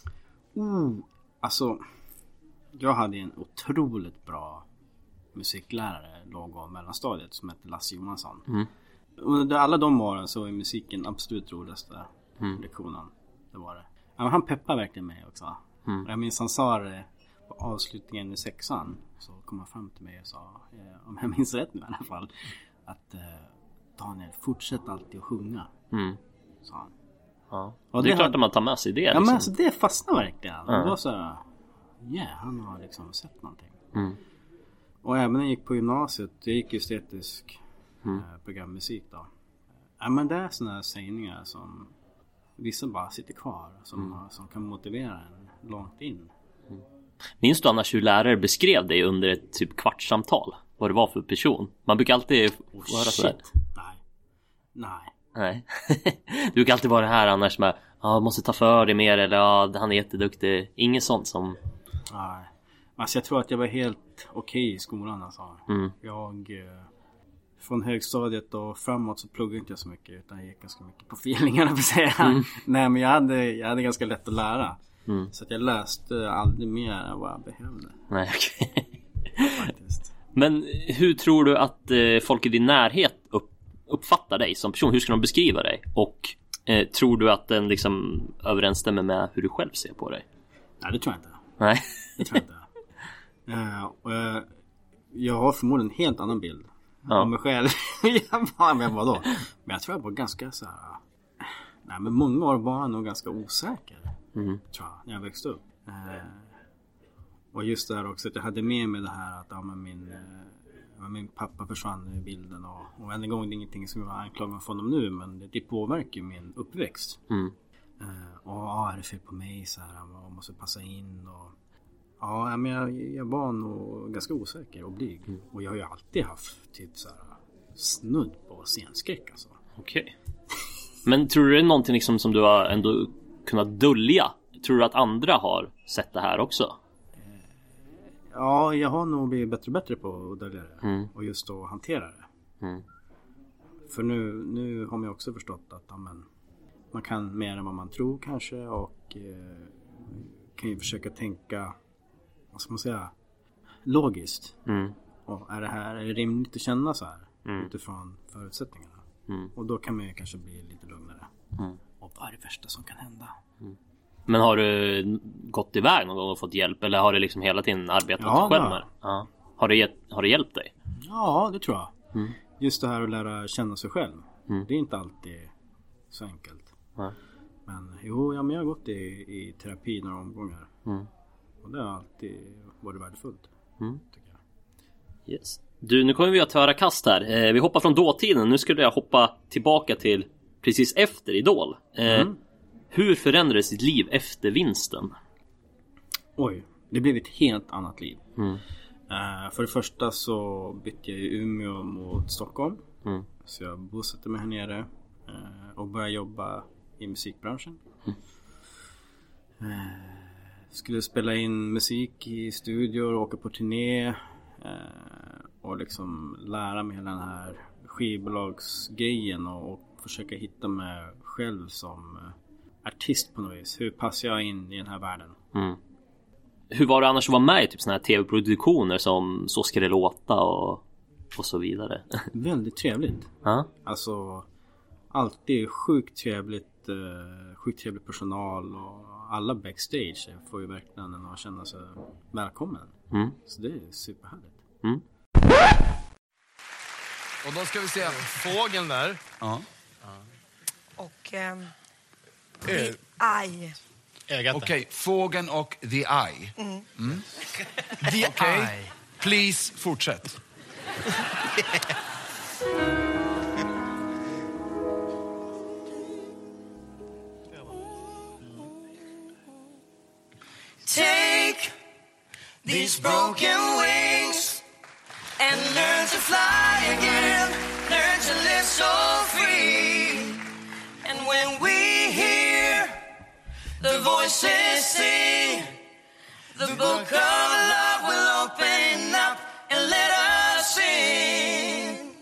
Speaker 4: Oh, alltså jag hade en otroligt bra musiklärare låg- och mellanstadiet som hette Lasse Johansson. Mm. Under alla de åren så var musiken absolut roligaste mm. lektionen. Det var det. Ja, han peppade verkligen mig också. Mm. Jag minns han sa det på avslutningen i sexan. Så kom han fram till mig och sa, eh, om jag minns rätt nu i alla fall, att eh, Daniel, fortsätt alltid att sjunga. Mm. Sa han.
Speaker 2: Ja. Och det, det är klart hade... att man tar med sig det.
Speaker 4: Ja,
Speaker 2: liksom.
Speaker 4: Men alltså det fastnar verkligen. Ja. Det var så här, ja, yeah, han har liksom sett någonting. Mm. Och även när jag gick på gymnasiet, jag gick ju estetisk mm. eh, programmusik då. Ja, men det är sådana här sägningar som vissa bara sitter kvar, som, mm. som kan motivera en långt in.
Speaker 2: Mm. Minns du annars hur lärare beskrev dig under ett typ kvartssamtal? Vad det var för person? Man brukar alltid
Speaker 4: oh,
Speaker 2: höra sådär.
Speaker 4: Nej. Nej.
Speaker 2: Nej. Du brukar alltid vara här annars med, ja, måste ta för dig mer, eller ja, han är jätteduktig. Inget sånt som...
Speaker 4: Nej. Alltså jag tror att jag var helt okej okay i skolan alltså. Mm. Jag... Eh, från högstadiet och framåt så pluggade inte jag så mycket, utan jag gick ganska mycket på feelingarna för att säga. Mm. Nej, men jag hade, jag hade ganska lätt att lära. Mm. Så att jag läste aldrig mer än vad jag behövde.
Speaker 2: Nej, okej. Faktiskt. Men hur tror du att eh, folk i din närhet upp, uppfattar dig som person? Hur ska de beskriva dig? Och eh, tror du att den liksom överensstämmer med hur du själv ser på dig?
Speaker 4: Nej, det tror jag inte.
Speaker 2: Nej.
Speaker 4: Det tror jag inte. uh, och jag, jag har förmodligen en helt annan bild. Ja. Om mig själv. Jag bara, men vadå? Men jag tror jag var ganska så här. Nej, men många år var jag nog ganska osäker. Mm. Tror jag, när jag växte upp. Eh, och just det här också att jag hade med mig det här att ja, men min, eh, min pappa försvann i bilden. Och, och än en gång, det är ingenting som jag anklagar för honom nu, men det, det påverkar ju min uppväxt. Mm. Eh, och ja, är det fel på mig så här, jag måste passa in och ja, men jag, jag var nog ganska osäker och blyg. Mm. Och jag har ju alltid haft typ så här snudd på scenskräck alltså.
Speaker 2: Okej. Okay. Men tror du det är någonting liksom som du har ändå kunnat dölja? Tror du att andra har sett det här också?
Speaker 4: Ja, jag har nog blivit bättre och bättre på att dölja det. Mm. Och just att hantera det. Mm. För nu, nu har man ju också förstått att ja, men, man kan mer än vad man tror kanske. Och eh, kan ju försöka tänka, vad ska man säga, logiskt. Mm. Och är det här är det rimligt att känna så här mm. utifrån förutsättningarna? Mm. Och då kan man ju kanske bli lite lugnare. Mm. Och vad är det värsta som kan hända? Mm.
Speaker 2: Men har du gått iväg någon gång och fått hjälp? Eller har du liksom hela tiden arbetat ja, själv med? Ja. Har, det gett, har det hjälpt dig?
Speaker 4: Ja, det tror jag. Mm. Just det här att lära känna sig själv. Mm. Det är inte alltid så enkelt. Mm. Men jo, ja, men jag har gått i, i terapi några omgångar. Mm. Och det har alltid varit värdefullt. Mm. Tycker jag.
Speaker 2: Yes. Du, nu kommer vi att höra kast här. Eh, vi hoppar från dåtiden. Nu skulle jag hoppa tillbaka till precis efter Idol. Eh, mm. Hur förändrades ditt liv efter vinsten?
Speaker 4: Oj, det blev ett helt annat liv. Mm. Uh, för det första så bytte jag i Umeå mot Stockholm. Mm. Så jag bosatte mig här nere uh, och började jobba i musikbranschen. Mm. Uh, skulle spela in musik i studior, åka på turné uh, och liksom lära mig hela den här skivbolagsgrejen och, och försöka hitta mig själv som uh, artist på något vis. Hur passar jag in i den här världen? Mm.
Speaker 2: Hur var det annars att vara med i typ såna här tv-produktioner som Så ska det låta och, och så vidare?
Speaker 4: Väldigt trevligt.
Speaker 2: Uh-huh.
Speaker 4: Alltså alltid sjukt trevligt, uh, sjukt trevlig personal och alla backstage får ju verkligen en att känna sig välkommen. Mm. Så det är superhärligt. Mm.
Speaker 3: Och då ska vi se fågeln där.
Speaker 6: Ja.
Speaker 3: Uh-huh.
Speaker 6: Och um, the eye.
Speaker 3: Okej, okay, fågeln och the eye. Mm. Mm. The okay. eye. Please, fortsätt.
Speaker 1: Take these broken wings and learn to fly again. Learn to live so free. And when we hear voices say the book of love will open up and let us in.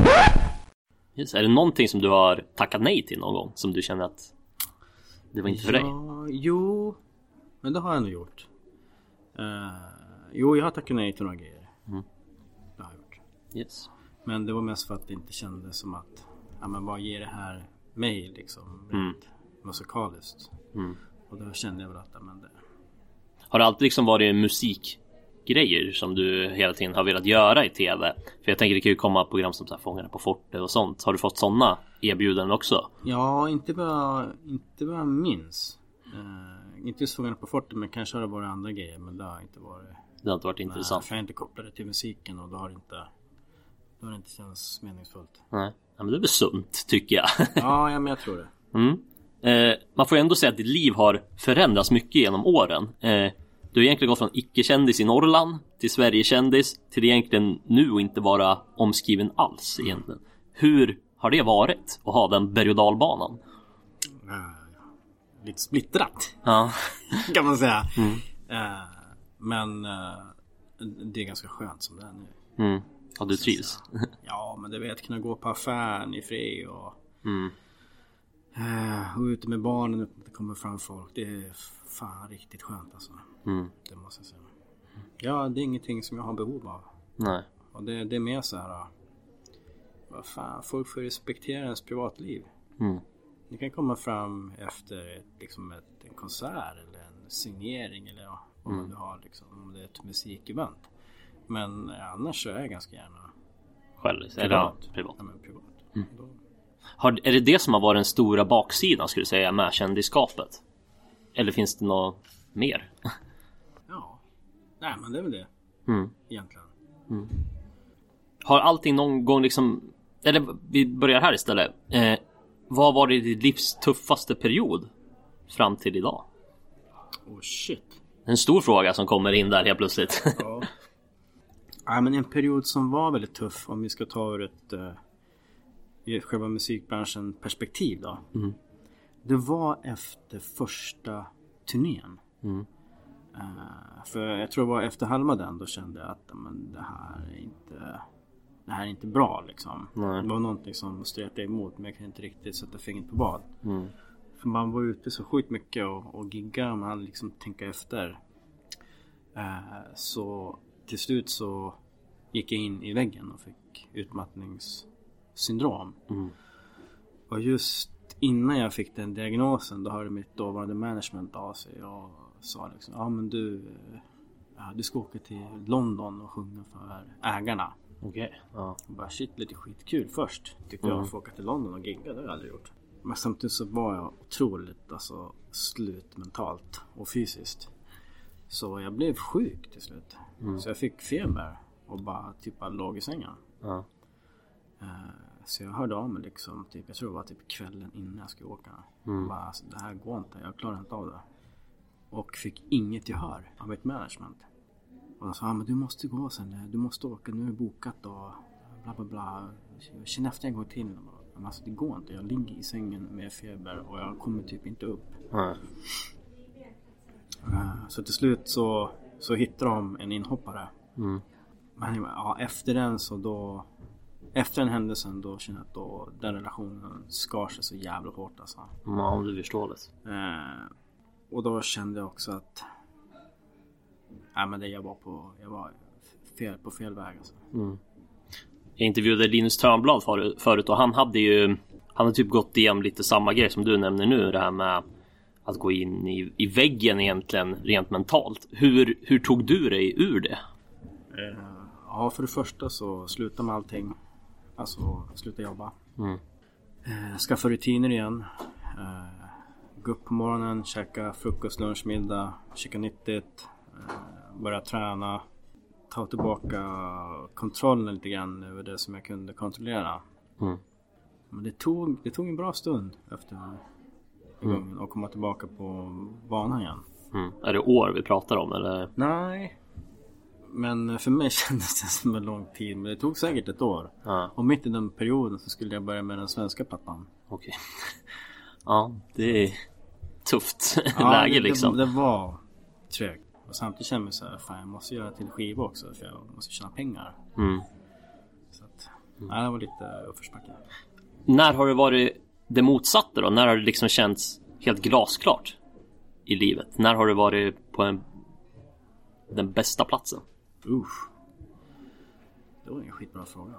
Speaker 2: Yes, är det någonting som du har tackat nej till någon gång som du känner att det var inte för
Speaker 4: ja,
Speaker 2: dig?
Speaker 4: Jo, men det har jag ändå gjort. Uh, jo, jag har tackat nej till några grejer.
Speaker 2: Mm.
Speaker 4: Det har jag gjort.
Speaker 2: Yes.
Speaker 4: Men det var mest för att det inte kändes som att ja, men vad ger det här mig liksom
Speaker 2: Mm.
Speaker 4: rent musikaliskt.
Speaker 2: Mm.
Speaker 4: Och då kände jag väl att men det...
Speaker 2: Har det alltid liksom varit musikgrejer som du hela tiden har velat göra i tv? För jag tänker det kan ju komma program som så här Fångarna på fortet och sånt. Har du fått sådana erbjudanden också?
Speaker 4: Ja, inte bara, inte bara minns. Uh, inte just Fångarna på fortet, men kanske har det varit andra grejer. Men det har inte varit...
Speaker 2: Det har inte varit intressant.
Speaker 4: Nej, jag har inte kopplat det till musiken och då har det inte, då har det inte känts meningsfullt.
Speaker 2: Nej, ja, men det är väl sunt tycker jag.
Speaker 4: Ja, ja men jag tror det.
Speaker 2: Mm. Eh, man får ju ändå säga att ditt liv har förändrats mycket genom åren. Eh, du har egentligen gått från icke-kändis i Norrland till Sverige-kändis till egentligen nu och inte vara omskriven alls egentligen. Hur har det varit att ha den berg- och dalbanan?
Speaker 4: Uh, lite splittrat.
Speaker 2: Ja.
Speaker 4: Kan man säga.
Speaker 2: Mm.
Speaker 4: Uh, men uh, det är ganska skönt som det är nu.
Speaker 2: Mm. Ja, du trivs.
Speaker 4: Ja, men du vet, kunna gå på affären i fred och
Speaker 2: Mm.
Speaker 4: uh, och ute med barnen utan att det kommer fram folk. Det är fan riktigt skönt alltså.
Speaker 2: Mm.
Speaker 4: Det måste jag säga. Ja, det är ingenting som jag har behov av.
Speaker 2: Nej.
Speaker 4: Och det, det är mer så här. Uh, vad fan, folk får respektera ens privatliv.
Speaker 2: Mm.
Speaker 4: Ni kan komma fram efter ett, liksom ett, en konsert eller en signering eller ja, om
Speaker 2: Mm.
Speaker 4: du har liksom, om det är ett musikevent. Men annars så är jag ganska gärna
Speaker 2: Själv?
Speaker 4: privat.
Speaker 2: Eller privat.
Speaker 4: Ja, men privat.
Speaker 2: Mm.
Speaker 4: Då,
Speaker 2: Har, är det det som har varit den stora baksidan skulle du säga med kändisskapet? Eller finns det något mer?
Speaker 4: ja, nej men det är väl det
Speaker 2: Mm.
Speaker 4: egentligen.
Speaker 2: Har allting någon gång liksom... Eller vi börjar här istället. Eh, vad var det ditt livs tuffaste period fram till idag?
Speaker 4: Oh shit.
Speaker 2: En stor fråga som kommer in där helt plötsligt.
Speaker 4: Ja. Ja, men en period som var väldigt tuff om vi ska ta ur ett uh, själva musikbranschen perspektiv då.
Speaker 2: Mm.
Speaker 4: Det var efter första turnén.
Speaker 2: Mm.
Speaker 4: Uh, för jag tror det var efter halva den då kände jag att men, det här är inte det här är inte bra liksom.
Speaker 2: Nej.
Speaker 4: Det var någonting som stretade emot men jag kan inte riktigt sätta fingret på vad.
Speaker 2: Mm.
Speaker 4: För man var ute så sjukt mycket och, och gigga och man hade liksom tänka efter. Uh, så till slut så gick jag in i väggen och fick utmattningssyndrom.
Speaker 2: Mm.
Speaker 4: Och just innan jag fick den diagnosen då hörde mitt dåvarande management av sig och sa liksom, ja men du ja, du ska åka till London och sjunga för ägarna.
Speaker 2: Okej. Okay. Ja.
Speaker 4: Och bara shit, lite skitkul först. Tyckte
Speaker 2: Mm.
Speaker 4: jag att få åka till London och gigga, det har jag aldrig gjort. Men samtidigt så var jag otroligt alltså, slut mentalt och fysiskt. Så jag blev sjuk till slut.
Speaker 2: Mm.
Speaker 4: Så jag fick feber och bara typ bara låg i sängen.
Speaker 2: Ja.
Speaker 4: Uh, så jag hörde av mig liksom, typ, jag tror det var typ kvällen innan jag skulle åka.
Speaker 2: Mm.
Speaker 4: Bara, alltså, det här går inte, jag klarar inte av det. Och fick inget gehör av mitt management. Och de sa, ah, men du måste gå sen, du måste åka, nu är det bokat och bla bla bla. Känn efter en gång till. Men alltså det går inte, jag ligger i sängen med feber och jag kommer typ inte upp.
Speaker 2: Ja.
Speaker 4: Uh, så till slut så, så hittade de en inhoppare.
Speaker 2: Mm.
Speaker 4: Men ja, efter den så då, efter den händelsen då kände jag att då, den relationen skar sig så jävla hårt alltså.
Speaker 2: Ja, du förstår det.
Speaker 4: Uh, och då kände jag också att ja, men det jag var på, jag var fel, på fel väg alltså.
Speaker 2: Mm. Jag intervjuade Linus Törnblad för, förut och han hade ju han hade typ gått igenom lite samma grej som du nämner nu, det här med att gå in i, i väggen egentligen rent mentalt. Hur, hur tog du dig ur det?
Speaker 4: Uh, ja, för det första så sluta med allting. Alltså sluta jobba.
Speaker 2: Mm.
Speaker 4: Uh, skaffa rutiner igen. Uh, gå upp på morgonen, käka frukost, lunch, middag, käka nyttigt. Uh, börja träna. Ta tillbaka kontrollen lite grann över det som jag kunde kontrollera.
Speaker 2: Mm.
Speaker 4: Men det tog, det tog en bra stund efter
Speaker 2: Mm.
Speaker 4: gången att komma tillbaka på banan igen.
Speaker 2: Mm. Är det år vi pratar om eller?
Speaker 4: Nej. Men för mig kändes det som en lång tid. Men det tog säkert ett år.
Speaker 2: Ja.
Speaker 4: Och mitt i den perioden så skulle jag börja med den svenska plattan.
Speaker 2: Okej. Ja, det är tufft
Speaker 4: ja,
Speaker 2: läge
Speaker 4: det,
Speaker 2: liksom.
Speaker 4: Det, det var trögt. Och samtidigt kände jag så här, fan jag måste göra till skiva också för jag måste tjäna pengar.
Speaker 2: Mm.
Speaker 4: Så att, mm. ja, det var lite uppförsbacke.
Speaker 2: När har det varit det motsatta då? När har det liksom känts helt glasklart i livet? När har det varit på en, den bästa platsen?
Speaker 4: Usch. Det var en skitbra fråga.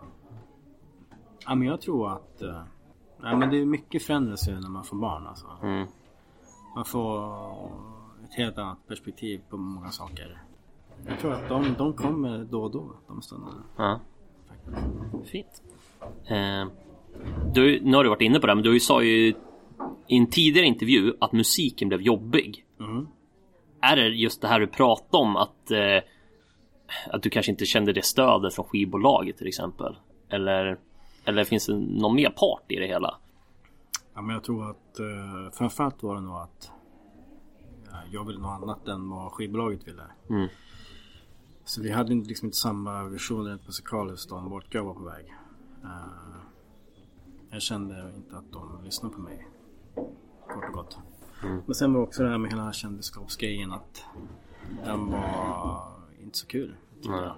Speaker 4: Ja, men jag tror att uh, ja, men det är mycket förändring när man får barn alltså.
Speaker 2: Mm.
Speaker 4: Man får ett helt annat perspektiv på många saker. Jag tror att de, de kommer då och då, de stunderna.
Speaker 2: Ja. Fint. Eh, du, nu har du varit inne på det, men du sa ju i en tidigare intervju att musiken blev jobbig.
Speaker 4: Mm.
Speaker 2: Är det just det här du pratade om att, eh, att du kanske inte kände det stödet från skivbolaget till exempel? Eller, eller finns det någon mer part i det hela?
Speaker 4: Ja, men jag tror att eh, framförallt var det nog att ja, jag ville något annat än vad skivbolaget ville.
Speaker 2: Mm.
Speaker 4: Så vi hade liksom inte samma vision rent musikaliskt om vart jag var på väg. Uh, jag kände inte att de lyssnade på mig, kort och gott. Mm. Men sen var också det här med hela kändisskapsgrejen att den var inte så kul. Mm.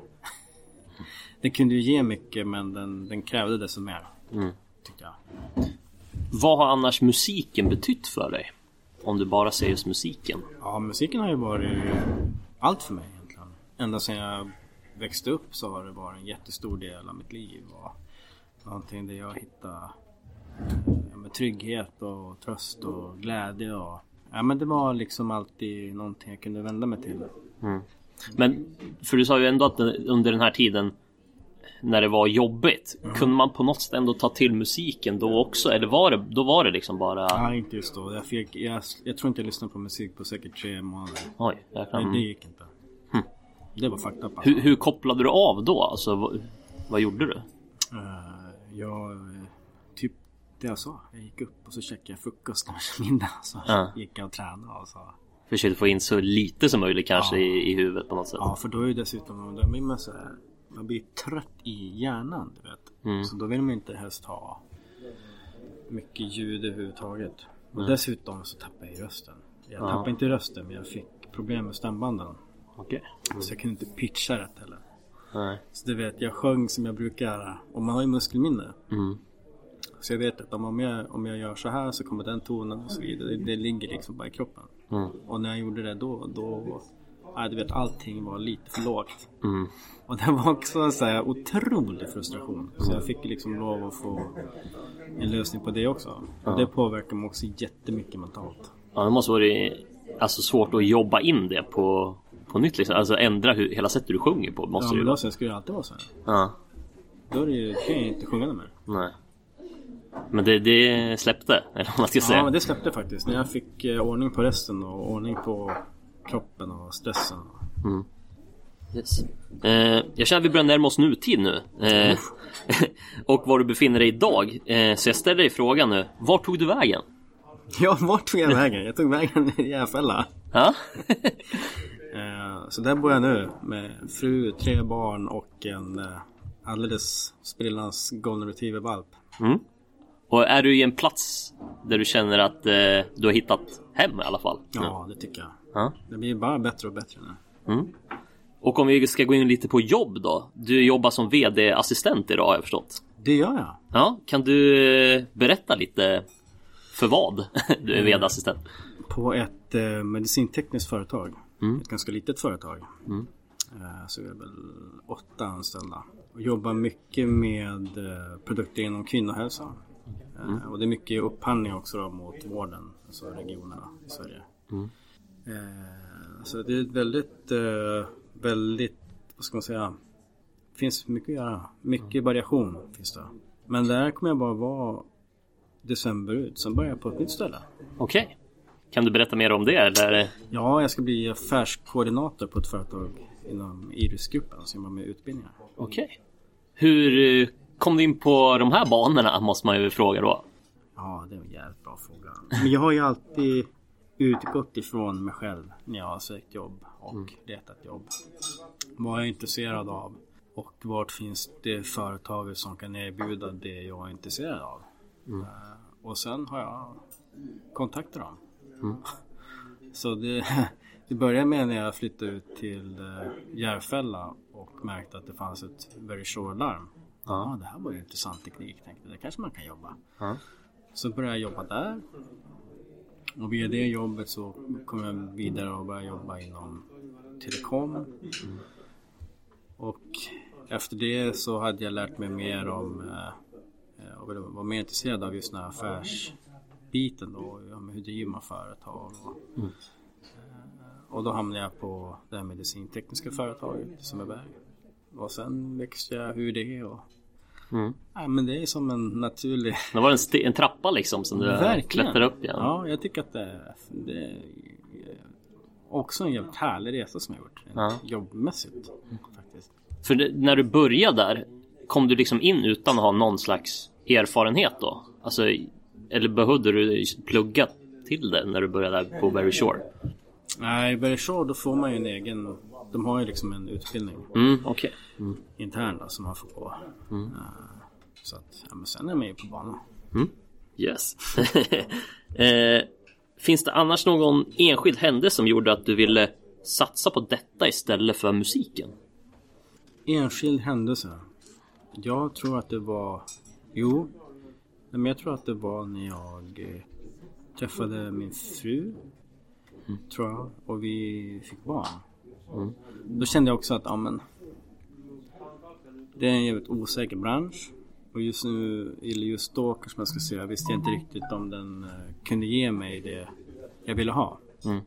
Speaker 4: Den kunde ju ge mycket, men den, den krävde desto mer, mm. tyckte jag.
Speaker 2: Vad har annars musiken betytt för dig? Om du bara ser just musiken.
Speaker 4: Ja, musiken har ju varit allt för mig egentligen. Ända sedan jag växte upp så har det varit en jättestor del av mitt liv. Och någonting där jag hittar ja, med trygghet och tröst och glädje. Och, ja, men det var liksom alltid någonting jag kunde vända mig till.
Speaker 2: Mm. Men för du sa ju ändå att under den här tiden när det var jobbigt, mm. kunde man på något sätt ändå ta till musiken då också? Eller var det, då var det liksom bara...
Speaker 4: Nej, inte just då. Jag, fick, jag, jag tror inte jag lyssnade på musik på säkert tre månader.
Speaker 2: Oj, jag kan...
Speaker 4: Nej, det gick inte. Hm. Det var fucked up.
Speaker 2: Hur, hur kopplade du av då? Alltså, vad, vad gjorde du?
Speaker 4: Uh, jag... Typ det jag sa. Jag gick upp och så checkade jag frukost när jag mindre. Så ja. Gick jag och tränade och så...
Speaker 2: Försökte få in så lite som möjligt kanske ja. i, i huvudet på något sätt.
Speaker 4: Ja, för då är ju dessutom... Då blir man så här... Man blir trött i hjärnan, du vet. Mm. Så då vill man inte helst ha mycket ljud överhuvudtaget. Och mm. dessutom så tappade jag i rösten. Jag ja. tappade inte i rösten, men jag fick problem med stämbanden.
Speaker 2: Okej.
Speaker 4: Okay. Så jag kunde inte pitcha rätt heller.
Speaker 2: Nej.
Speaker 4: Så du vet, jag sjöng som jag brukar göra. Och man har ju muskelminne. Mm. Så jag vet att om jag, om jag gör så här så kommer den tonen och så vidare. Det, det ligger liksom bara i kroppen. Mm. Och när jag gjorde det då, då... Ja, du vet, allting var lite för lågt. Mm. Och det var också så här otrolig frustration. Så jag fick liksom lov att få en lösning på det också. Ja. Och det påverkar mig också jättemycket mentalt.
Speaker 2: Ja, det måste vara alltså svårt att jobba in det på, på nytt liksom. Alltså ändra hur, hela sättet du sjunger på. Måste
Speaker 4: ja, men
Speaker 2: du...
Speaker 4: då sen skulle det alltid vara så här.
Speaker 2: Ja.
Speaker 4: Då är det ju, kan jag inte sjunga det mer.
Speaker 2: Nej. Men det, det släppte, eller vad man ska säga.
Speaker 4: Ja, men det släppte faktiskt. När jag fick eh, ordning på resten och ordning på kroppen och stressen.
Speaker 2: Mm. Yes. Eh, jag känner att vi börjar närma oss nutid nu. Eh, och var du befinner dig idag. Eh, så jag ställer dig frågan nu. Var tog du vägen?
Speaker 4: Ja, vart tog jag vägen? Jag tog vägen i Järfälla.
Speaker 2: Ja?
Speaker 4: eh, så där bor jag nu med fru, tre barn och en eh, alldeles sprillans golden retriever-valp. Mm.
Speaker 2: Och är du i en plats där du känner att eh, du har hittat hem i alla fall?
Speaker 4: Ja, det tycker jag.
Speaker 2: Ja.
Speaker 4: Det blir bara bättre och bättre nu.
Speaker 2: Mm. Och om vi ska gå in lite på jobb då. Du jobbar som vd-assistent idag har jag förstått.
Speaker 4: Det gör jag.
Speaker 2: Ja, kan du berätta lite för vad du är vd-assistent?
Speaker 4: På ett eh, medicintekniskt företag. Mm. Ett ganska litet företag. Mm. Eh, så är det väl åtta anställda. Och jobbar mycket med eh, produkter inom kvinnohälsa. Mm. Eh, och det är mycket upphandling också då, mot vården. Alltså regionerna i Sverige. Mm. Eh, så det är väldigt, eh, väldigt, vad ska man säga, finns mycket att göra. Mycket variation finns det. Men där kommer jag bara vara december ut. Sen börjar jag på ett nytt ställe.
Speaker 2: Okej. Okay. Kan du berätta mer om det? Eller?
Speaker 4: Ja, jag ska bli affärskoordinator på ett företag inom Irisgruppen som jobbar med utbildningar.
Speaker 2: Okej. Okay. Hur kom du in på de här banorna, måste man ju fråga då?
Speaker 4: Ja, det är en jävligt bra fråga. Men jag har ju alltid utgått ifrån mig själv när jag har sökt jobb och mm. letat jobb. Vad är jag intresserad av? Och vart finns det företag som kan erbjuda det jag är intresserad av? Mm. Uh, och sen har jag kontaktat dem. Mm. Så det, det började med när jag flyttade ut till uh, Järfälla och märkte att det fanns ett Very Sure-larm. Ja, det här var ju intressant teknik, tänkte jag. Det kanske man kan jobba. Mm. Så började jag jobba där. Och via det jobbet så kom jag vidare och började jobba inom telekom. Mm. Och efter det så hade jag lärt mig mer om eh, och var mer intresserad av just den här affärsbiten då, ja, hur driver man företag och, mm. eh, och då hamnade jag på det här medicintekniska företaget som är Berg. Och sen växte jag hur det är och mm. ja, men det är som en naturlig...
Speaker 2: Det var en, st- en trappa liksom som du klättrar upp igen.
Speaker 4: Ja, jag tycker att det, det är också en jävligt härlig resa som jag gjort. Ja. Jobbmässigt faktiskt.
Speaker 2: För det, när du började där, kom du liksom in utan att ha någon slags erfarenhet då? Alltså, eller behövde du plugga till det när du började där på Very Sure?
Speaker 4: Nej, Very Sure då får man ju en egen... De har ju liksom en utbildning
Speaker 2: mm, okay. mm.
Speaker 4: intern då, som man får på. Mm. Uh, så att, ja, men sen är man ju på banan.
Speaker 2: Mm. Yes. eh, finns det annars någon enskild händelse som gjorde att du ville satsa på detta istället för musiken?
Speaker 4: Enskild händelse? Jag tror att det var... Jo, men jag tror att det var när jag eh, träffade min fru. Mm. Tror jag. Och vi fick barn. Mm. Då kände jag också att ja, men, det är en jävligt osäker bransch. Och just nu, eller just då kanske man ska säga, visste jag inte riktigt om den uh, kunde ge mig det jag ville ha. Mm.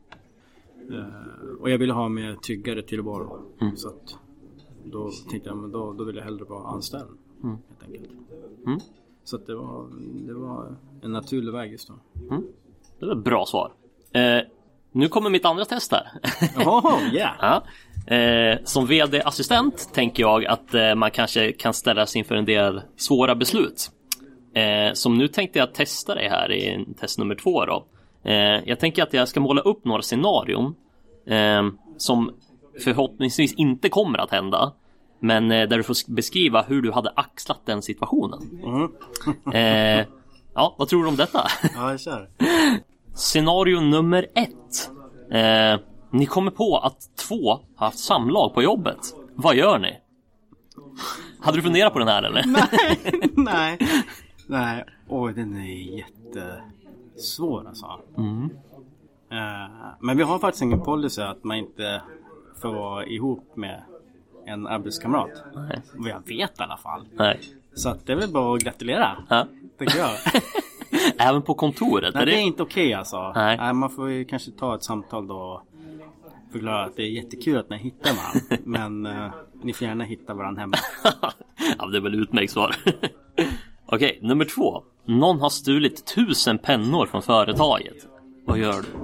Speaker 4: Uh, och jag ville ha mer tryggare tillvaro. Mm. Så att då tänkte jag, men då, då vill jag hellre vara anställd. Mm. Helt enkelt. Mm. Så att det var, det var en naturlig väg just då.
Speaker 2: Mm. Det var ett bra svar. Eh, nu kommer mitt andra test här.
Speaker 4: Oh, yeah.
Speaker 2: ja. Eh, som vd-assistent tänker jag att eh, man kanske kan ställas inför en del svåra beslut. Eh, som nu tänkte jag testa dig här i test nummer två då. Eh, jag tänker att jag ska måla upp några scenarion eh, som förhoppningsvis inte kommer att hända. Men eh, där du får beskriva hur du hade axlat den situationen. Mm. eh, ja, vad tror du om detta?
Speaker 4: Ja, jag kör.
Speaker 2: Scenario nummer ett. Eh, ni kommer på att två har haft samlag på jobbet. Vad gör ni? Hade du funderat på den här eller?
Speaker 4: Nej, nej. Nej, oj, den är jättesvår alltså. Mm. Eh, men vi har faktiskt ingen policy att man inte får vara ihop med en arbetskamrat. Nej. Vad jag vet i alla fall. Nej. Så att det är väl bara att gratulera. Ja. Tycker jag.
Speaker 2: Även på kontoret?
Speaker 4: Nej,
Speaker 2: är det...
Speaker 4: det är inte okej okay, alltså. Nej. Nej, man får ju kanske ta ett samtal då och förklara att det är jättekul att ni hittar varandra. Men uh, ni får gärna hitta varandra hemma.
Speaker 2: Ja, det är väl utmärkt svar. Okej, nummer två. Någon har stulit tusen pennor från företaget. Vad gör du?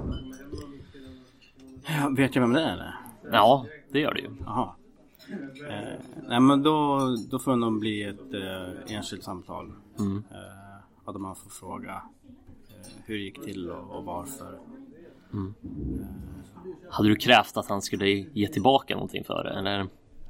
Speaker 4: Ja, vet jag vem det är eller?
Speaker 2: Ja, det gör du ju.
Speaker 4: Jaha. Eh, nej men då, då får det nog bli ett eh, enskilt samtal. Mm. Eh, och då man får fråga eh, hur det gick till och, och varför.
Speaker 2: Mm. Eh, Hade du krävt att han skulle ge tillbaka någonting för det? Eller?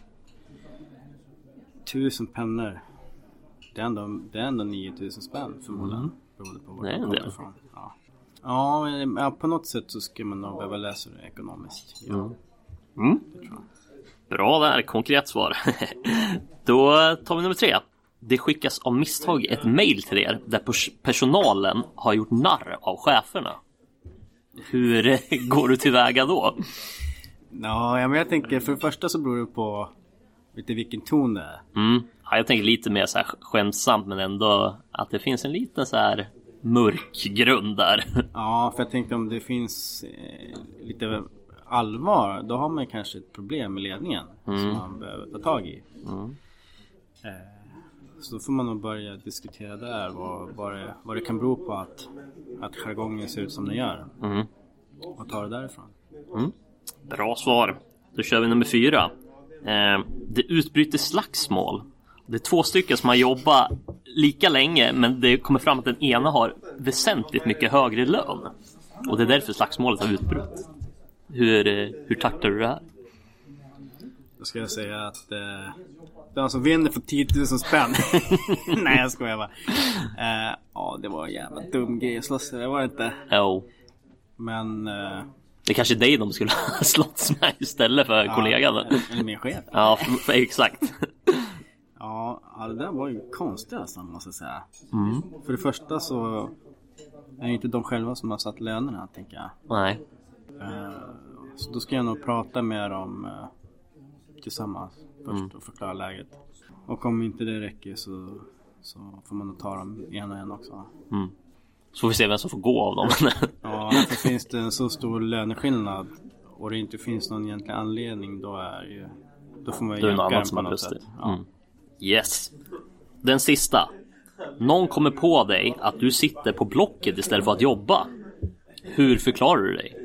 Speaker 4: Tusen pennor. Det är ändå, det är ändå niotusen spänn förmodligen. Mm. Beroende på var det kommer ifrån. Ja. Ja, men, ja, på något sätt så ska man nog behöva läsa det ekonomiskt. Ja.
Speaker 2: Mm. Mm. Det tror jag. Bra där, konkret svar. Då tar vi nummer tre. Det skickas av misstag ett mejl till er där personalen har gjort narr av cheferna. Hur går du tillväga då?
Speaker 4: Ja, men jag tänker för det första så beror det på lite vilken ton det är.
Speaker 2: Mm. Ja, jag tänker lite mer så här skämtsamt men ändå att det finns en liten så här mörk grund där.
Speaker 4: Ja, för jag tänkte om det finns eh, lite allvar, då har man kanske ett problem med ledningen mm. som man behöver ta tag i. Mm. Eh, så då får man nog börja diskutera där vad, vad, det, vad det kan bero på att, att jargongen ser ut som den gör. Mm. Och ta det därifrån.
Speaker 2: Mm. Bra svar. Då kör vi nummer fyra. Eh, det utbryter slagsmål. Det är två stycken som har jobbat lika länge men det kommer fram att den ena har väsentligt mycket högre lön. Och det är därför slagsmålet har utbrutit. Hur, hur taktar du det här?
Speaker 4: Då ska jag säga att eh, den som vinner för tio tusen spänn. Nej, jag skojar bara. Eh, ja, det var en jävla dum grej att slåss. Det var det inte.
Speaker 2: Oh.
Speaker 4: Men... Eh,
Speaker 2: det är kanske dig de skulle ha slått med istället för ja, kollegan.
Speaker 4: Eller min chef.
Speaker 2: Ja, för, exakt.
Speaker 4: Ja, det där var ju konstigt alltså, måste jag säga. Mm. För det första så är det inte de själva som har satt lönerna, tänker jag.
Speaker 2: Nej.
Speaker 4: Uh, så då ska jag nog prata med dem uh, tillsammans först mm. och förklara läget. Och om inte det räcker så, så får man nog ta dem en och en också.
Speaker 2: Mm. Så får vi se vem som får gå av dem.
Speaker 4: Ja, för finns det en så stor löneskillnad och det inte finns någon egentlig anledning, då är ju, då får man ju
Speaker 2: jämka den på något sätt. Ja. Mm. Yes. Den sista. Någon kommer på dig att du sitter på Blocket istället för att jobba. Hur förklarar du dig?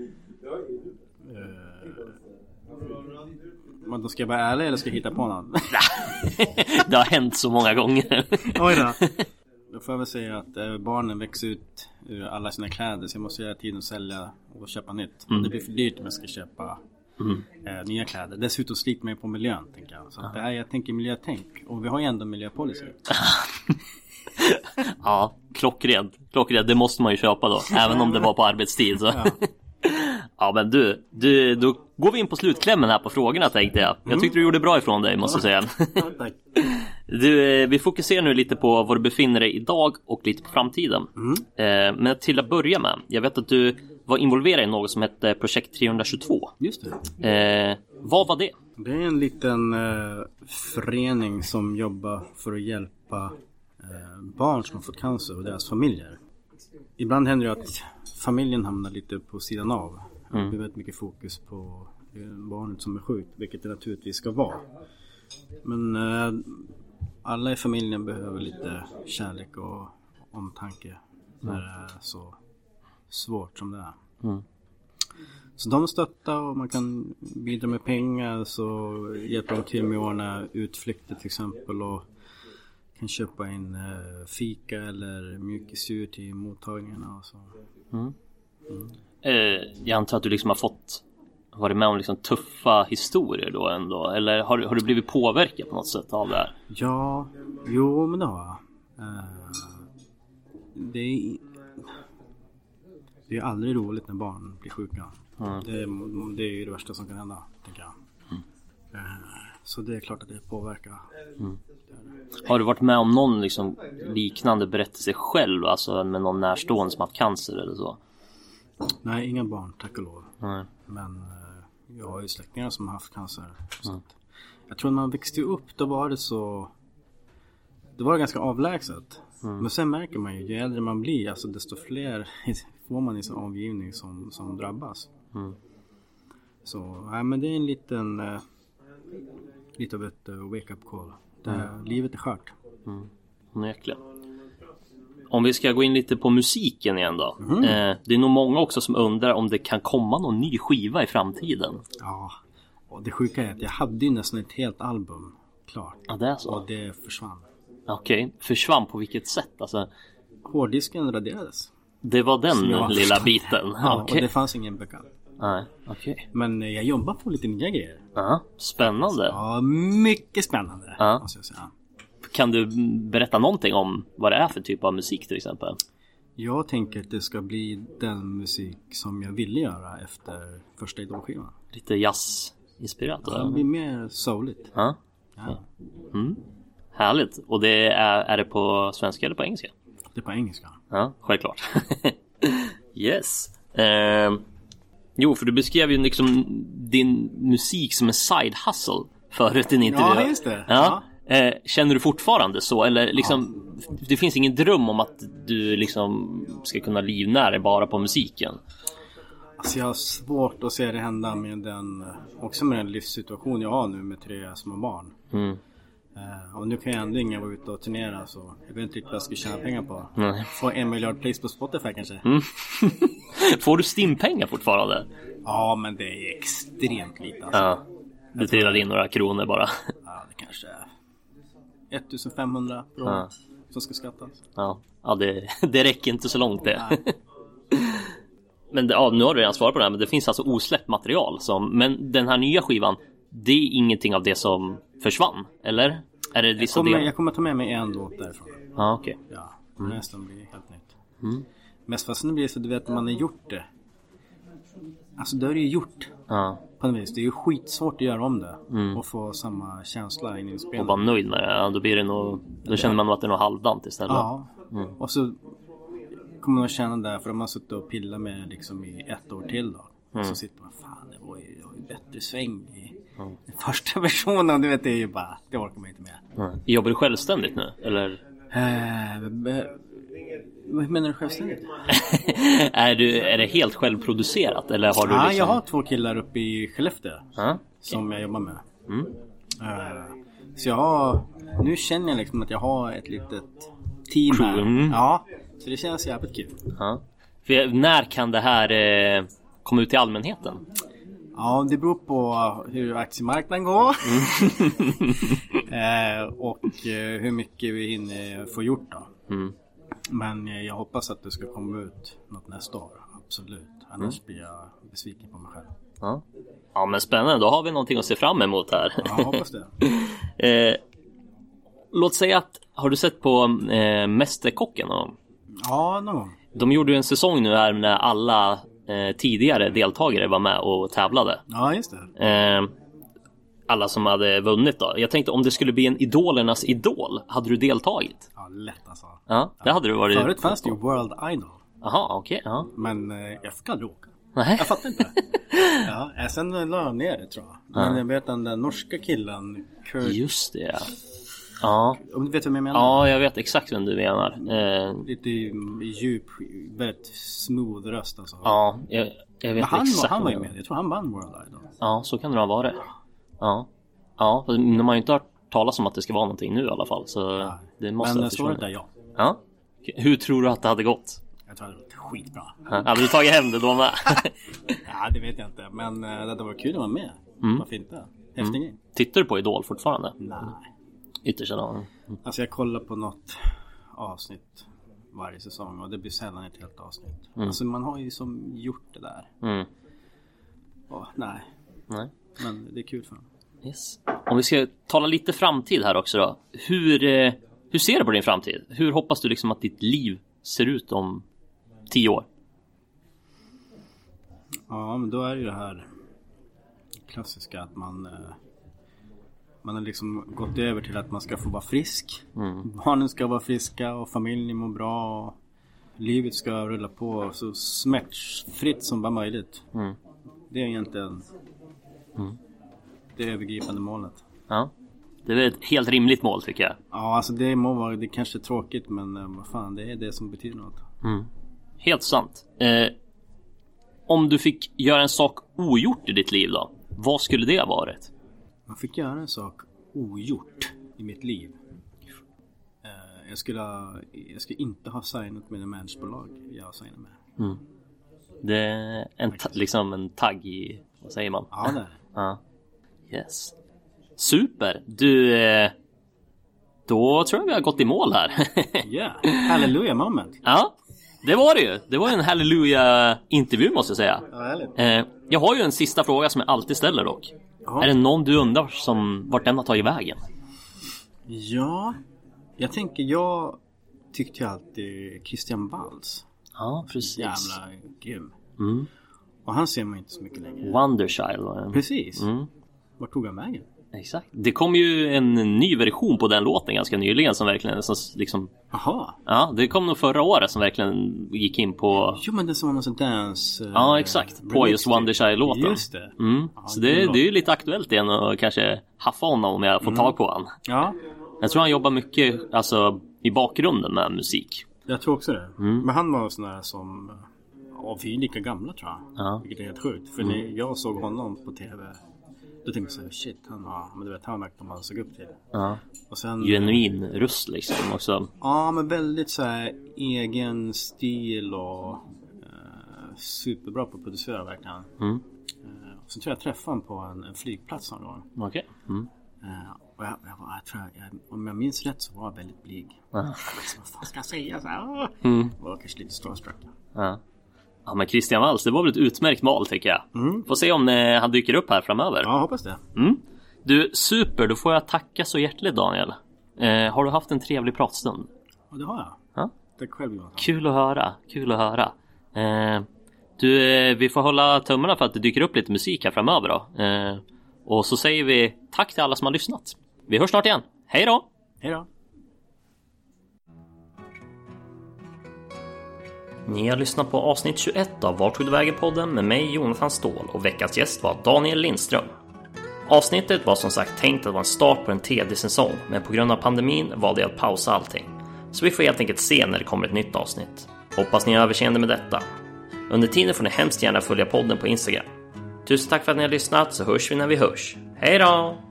Speaker 4: Men då ska jag vara ärlig eller ska jag hitta på något?
Speaker 2: Det har hänt så många gånger.
Speaker 4: Oj då. Då får jag väl säga att eh, barnen växer ut ur alla sina kläder, så jag måste göra tiden att sälja och köpa nytt. Mm. Och det blir för dyrt om jag ska köpa mm. eh, nya kläder. Dessutom sliter man ju på miljön, tänker jag. Så att det här, jag tänker miljötänk. Och vi har ju ändå miljöpolicy.
Speaker 2: Ja, klockrent. Klockrent, det måste man ju köpa då. Även om det var på arbetstid. Så. Ja. Ja, men du, du, då går vi in på slutklämmen här på frågorna, tänkte jag. Jag tyckte du gjorde bra ifrån dig, måste jag säga.
Speaker 4: Ja, tack.
Speaker 2: Du, vi fokuserar nu lite på var du befinner dig idag och lite på framtiden. Mm. Eh, men till att börja med, jag vet att du var involverad i något som hette Projekt trehundratjugotvå.
Speaker 4: Just det.
Speaker 2: Eh, vad var det?
Speaker 4: Det är en liten eh, förening som jobbar för att hjälpa eh, barn som har fått cancer och deras familjer. Ibland händer det att familjen hamnar lite på sidan av. Mm. Det blir väldigt mycket fokus på barnet som är sjukt, vilket det naturligtvis ska vara. Men eh, alla i familjen behöver lite kärlek och omtanke mm. när det är så svårt som det är. Mm. Så de stöttar och man kan bidra med pengar, så hjälper de till med att ordna utflykter till exempel, och kan köpa in eh, fika eller mjukisdjur till mottagningarna och så. Mm.
Speaker 2: Mm. Eh, jag antar att du liksom har fått varit med om liksom tuffa historier då ändå, eller har, har du blivit påverkad på något sätt av det här?
Speaker 4: Ja, jo men det har jag. Eh, det är det är aldrig roligt när barn blir sjuka. Mm. Det, det är ju det värsta som kan hända, tänker jag. Mm. Eh, så det är klart att det påverkar. Mm.
Speaker 2: Har du varit med om någon liksom liknande berättelse själv, alltså med någon närstående som haft cancer eller så?
Speaker 4: Nej, inga barn, tack och lov.
Speaker 2: Mm.
Speaker 4: Men eh, jag har ju släktingar som har haft cancer. Så mm. att, jag tror när man växte upp, då var det så, det var ganska avlägset. Mm. Men sen märker man ju, ju äldre man blir, alltså desto fler får man i sin omgivning som, som drabbas. Mm. Så, nej, men det är en liten eh, lite av ett uh, wake-up call. Det, mm. Livet är skört.
Speaker 2: Mm. Jäklar. Om vi ska gå in lite på musiken igen då.
Speaker 4: Mm.
Speaker 2: Eh, det är nog många också som undrar om det kan komma någon ny skiva i framtiden.
Speaker 4: Ja, och det sjuka är att jag hade ju nästan ett helt album klart.
Speaker 2: Ja, det är så.
Speaker 4: Och det försvann.
Speaker 2: Okej, okay. Försvann på vilket sätt? Alltså,
Speaker 4: hårddisken raderades.
Speaker 2: Det var den lilla biten?
Speaker 4: Ja,
Speaker 2: okay.
Speaker 4: Och det fanns ingen backup.
Speaker 2: Nej, okej. Okay.
Speaker 4: Men jag jobbar på lite nya grejer.
Speaker 2: Ja, spännande.
Speaker 4: Ja, mycket spännande,
Speaker 2: ja.
Speaker 4: Måste jag säga.
Speaker 2: Kan du berätta någonting om vad det är för typ av musik till exempel?
Speaker 4: Jag tänker att det ska bli den musik som jag ville göra efter första idolskivan.
Speaker 2: Lite jazz-inspirerat?
Speaker 4: Ja, det blir mer souligt.
Speaker 2: Ja. Ja. Mm. Härligt. Och det är, är det på svenska eller på engelska?
Speaker 4: Det är på engelska.
Speaker 2: Ja, självklart. Yes. Eh, jo, för du beskrev ju liksom din musik som en side hustle förut i en intervju.
Speaker 4: Ja, just det.
Speaker 2: Ja. Ja. Eh, känner du fortfarande så? Eller liksom, ja. Det finns ingen dröm om att du liksom ska kunna livnära dig bara på musiken?
Speaker 4: Alltså jag har svårt att se det hända med den, också med den livssituation jag har nu med tre små barn.
Speaker 2: Mm.
Speaker 4: Uh, och nu kan jag ändå ingen vara ute och turnera, så jag vet inte riktigt vad jag ska tjäna pengar på.
Speaker 2: Nej.
Speaker 4: Få en miljard plays på Spotify kanske.
Speaker 2: Mm. Får du Steam-pengar fortfarande?
Speaker 4: Ja, men det är extremt lite alltså.
Speaker 2: Ja, du trillar in några kronor bara.
Speaker 4: Ja, det kanske är ettusenfemhundra per år ja. Som ska skattas.
Speaker 2: Ja, ja det, det räcker inte så långt det. Men det, ja, nu har du redan svarat på det här, men det finns alltså osläppt material som, men den här nya skivan, det är ingenting av det som försvann, eller? Är det
Speaker 4: jag, kommer, jag kommer ta med mig en låt därifrån.
Speaker 2: Ja, okej. Okay.
Speaker 4: Ja,
Speaker 2: mm.
Speaker 4: resten blir helt nytt.
Speaker 2: Mm.
Speaker 4: Mest fast det blir så, du vet, man har gjort det. Alltså det har du ju gjort.
Speaker 2: Ja.
Speaker 4: På något vis. Det är ju skitsvårt att göra om det. Mm. Och få samma känsla in i spelet.
Speaker 2: Och vara nöjd med det. Ja, då blir det nog, då känner man att det är något halvdant istället.
Speaker 4: Ja. Mm. Och så kommer man att känna där. För de har suttit och pillat med det liksom i ett år till då. Mm. Och så sitter man, fan det var ju, det var ju bättre sväng i mm. första versionen. Du vet, det är ju bara, det orkar man inte med.
Speaker 2: Mm. Jobbar du självständigt nu? Eller?
Speaker 4: Eh, be, vad menar du självständigt?
Speaker 2: är, du, är det helt självproducerat? Eller har du
Speaker 4: ja,
Speaker 2: liksom...
Speaker 4: jag har två killar uppe i Skellefteå.
Speaker 2: Ah, okay.
Speaker 4: Som jag jobbar med.
Speaker 2: Mm.
Speaker 4: Uh, så jag har, nu känner jag liksom att jag har ett litet team här. Mm. Ja, så det känns jävligt kul.
Speaker 2: Ja. För när kan det här eh, komma ut till allmänheten?
Speaker 4: Ja, det beror på hur aktiemarknaden går. Mm. uh, och uh, hur mycket vi hinner få gjort då. Mm. Men uh, jag hoppas att det ska komma ut något nästa år. Absolut. Annars mm. blir jag besviken på mig själv.
Speaker 2: Ja. Ja, men spännande. Då har vi någonting att se fram emot här.
Speaker 4: Ja, jag hoppas det.
Speaker 2: eh, låt säga att, har du sett på eh, Mästerkocken? Och...
Speaker 4: Ja, någon gång.
Speaker 2: De gjorde ju en säsong nu här när alla eh, tidigare deltagare var med och tävlade.
Speaker 4: Ja, just det.
Speaker 2: Eh, alla som hade vunnit då. Jag tänkte om det skulle bli en idolernas idol, hade du deltagit?
Speaker 4: Ja, lätt alltså.
Speaker 2: Ja, det hade du varit.
Speaker 4: Förut fanns det ju World Idol.
Speaker 2: Jaha, okej. Okay, ja.
Speaker 4: Men eh, jag fick aldrig åka.
Speaker 2: Nej.
Speaker 4: Jag fattar inte. Ja, sen la jag ner det, tror jag. Men ja. Jag vet den där norska killen Kurt...
Speaker 2: Just det, ja. Ja.
Speaker 4: Om du vet vem jag menar?
Speaker 2: Ja, jag vet exakt vem du menar. Eh...
Speaker 4: Lite djup, väldigt smooth röst alltså.
Speaker 2: Ja, jag, jag vet
Speaker 4: han,
Speaker 2: exakt.
Speaker 4: Han var ju med. Jag tror han vann World Idol.
Speaker 2: Ja, så kan det ha varit. Ja. Ja, men man har ju inte hört talas om att det ska vara någonting nu i alla fall. Så
Speaker 4: ja.
Speaker 2: Det måste
Speaker 4: men svaret är ja.
Speaker 2: Ja. Hur tror du att det hade gått?
Speaker 4: Jag tror det var skitbra.
Speaker 2: Ja, hade du tagit hem det då med?
Speaker 4: Ja, det vet jag inte. Men uh, det var kul att vara med. Mm. Varför inte? Häftig mm.
Speaker 2: Tittar du på Idol fortfarande?
Speaker 4: Nej.
Speaker 2: Ytterst idag. Mm.
Speaker 4: Alltså jag kollar på något avsnitt varje säsong. Och det blir sällan ett helt avsnitt. Mm. Alltså man har ju som gjort det där.
Speaker 2: Mm.
Speaker 4: Och, nej.
Speaker 2: Nej.
Speaker 4: Men det är kul för dem.
Speaker 2: Yes. Om vi ska tala lite framtid här också då. Hur, eh, hur ser du på din framtid? Hur hoppas du liksom att ditt liv ser ut om tio år?
Speaker 4: Ja, men då är det ju det här klassiska att man eh, man har liksom gått över till att man ska få vara frisk. Mm. Barnen ska vara friska och familjen mår bra och livet ska rulla på så smärtfritt som bara möjligt. Mm. Det är egentligen mm. det övergripande målet.
Speaker 2: Ja. Det är ett helt rimligt mål tycker jag.
Speaker 4: Ja, alltså det må vara, det kanske är tråkigt men eh, vad fan, det är det som betyder något.
Speaker 2: Mm. Helt sant. Eh, om du fick göra en sak ogjort i ditt liv då, vad skulle det ha varit?
Speaker 4: Man fick göra en sak ogjort i mitt liv. Eh, jag, skulle ha, jag skulle inte ha signat med en managerbolag jag signat med.
Speaker 2: Mm. Det är en ta- liksom en tagg i, vad säger man?
Speaker 4: Ja, det är.
Speaker 2: Ja. Yes. Super. Du, eh, då tror jag vi har gått i mål här.
Speaker 4: Ja, yeah. Halleluja moment.
Speaker 2: Ja, det var det ju. Det var ju en halleluja-intervju måste jag säga.
Speaker 4: Ja, härligt.
Speaker 2: Eh, jag har ju en sista fråga som jag alltid ställer dock. Aha. Är det någon du undrar som vart den har tagit vägen?
Speaker 4: Ja, jag tänker, jag tyckte ju alltid Christian Waltz.
Speaker 2: Ja, precis.
Speaker 4: Jävla grym.
Speaker 2: Mm.
Speaker 4: Och han ser man inte så mycket längre.
Speaker 2: Wonderchild.
Speaker 4: Precis.
Speaker 2: Mm.
Speaker 4: Vart tog han vägen?
Speaker 2: Exakt. Det kom ju en ny version på den låten ganska nyligen som verkligen som liksom...
Speaker 4: Aha.
Speaker 2: Ja, det kom nog förra året som verkligen gick in på...
Speaker 4: Jo, men det som var någon sån dance... Uh,
Speaker 2: ja, exakt. På just Wonderchild-låten.
Speaker 4: Just det.
Speaker 2: Mm. Ja, så det, det är ju lite aktuellt igen och kanske haffa honom om jag får mm. tag på han.
Speaker 4: Ja.
Speaker 2: Jag tror han jobbar mycket alltså, i bakgrunden med musik.
Speaker 4: Jag tror också det. Mm. Men han var sån där som... Ja, vi är lika gamla tror jag.
Speaker 2: Ja.
Speaker 4: Vilket är helt sjukt. För mm. när jag såg honom på tv... Då tänkte jag så här, shit, han var, men du vet, han verkar man såg upp till.
Speaker 2: Ja.
Speaker 4: Och sen,
Speaker 2: genuin röst liksom också.
Speaker 4: Ja, men väldigt så här egen stil och eh, superbra på att producera verkligen. Mm. Eh, och sen tror jag jag träffade honom på en, en flygplats någon gång.
Speaker 2: Okej. Okay. Mm.
Speaker 4: Eh, och jag, jag, jag, jag tror jag, om jag minns rätt så var jag väldigt blyg.
Speaker 2: Ja.
Speaker 4: Så, vad fan ska jag säga så här?
Speaker 2: Mm.
Speaker 4: Jag var kanske lite starstruck.
Speaker 2: Ja. Ja, men Christian Waltz, det var väl ett utmärkt val tycker jag.
Speaker 4: Mm.
Speaker 2: Får se om eh, han dyker upp här framöver.
Speaker 4: Ja, hoppas det.
Speaker 2: Mm. Du, super, då får jag tacka så hjärtligt Daniel. Eh, har du haft en trevlig pratstund?
Speaker 4: Ja, det har jag.
Speaker 2: Ja?
Speaker 4: Tack själv, Johan.
Speaker 2: Kul att höra, kul att höra. Eh, Du, eh, vi får hålla tummarna för att det dyker upp lite musik här framöver då. Eh, och så säger vi tack till alla som har lyssnat. Vi hörs snart igen. Hej då!
Speaker 4: Hej då!
Speaker 2: Ni har lyssnat på avsnitt tjugoett av Vart tog du vägen-podden med mig, Jonathan Ståhl, och veckans gäst var Daniel Lindström. Avsnittet var som sagt tänkt att vara en start på en tredje säsong, men på grund av pandemin valde jag att pausa allting. Så vi får helt enkelt se när det kommer ett nytt avsnitt. Hoppas ni har överseende med detta. Under tiden får ni hemskt gärna följa podden på Instagram. Tusen tack för att ni har lyssnat, så hörs vi när vi hörs. Hej då!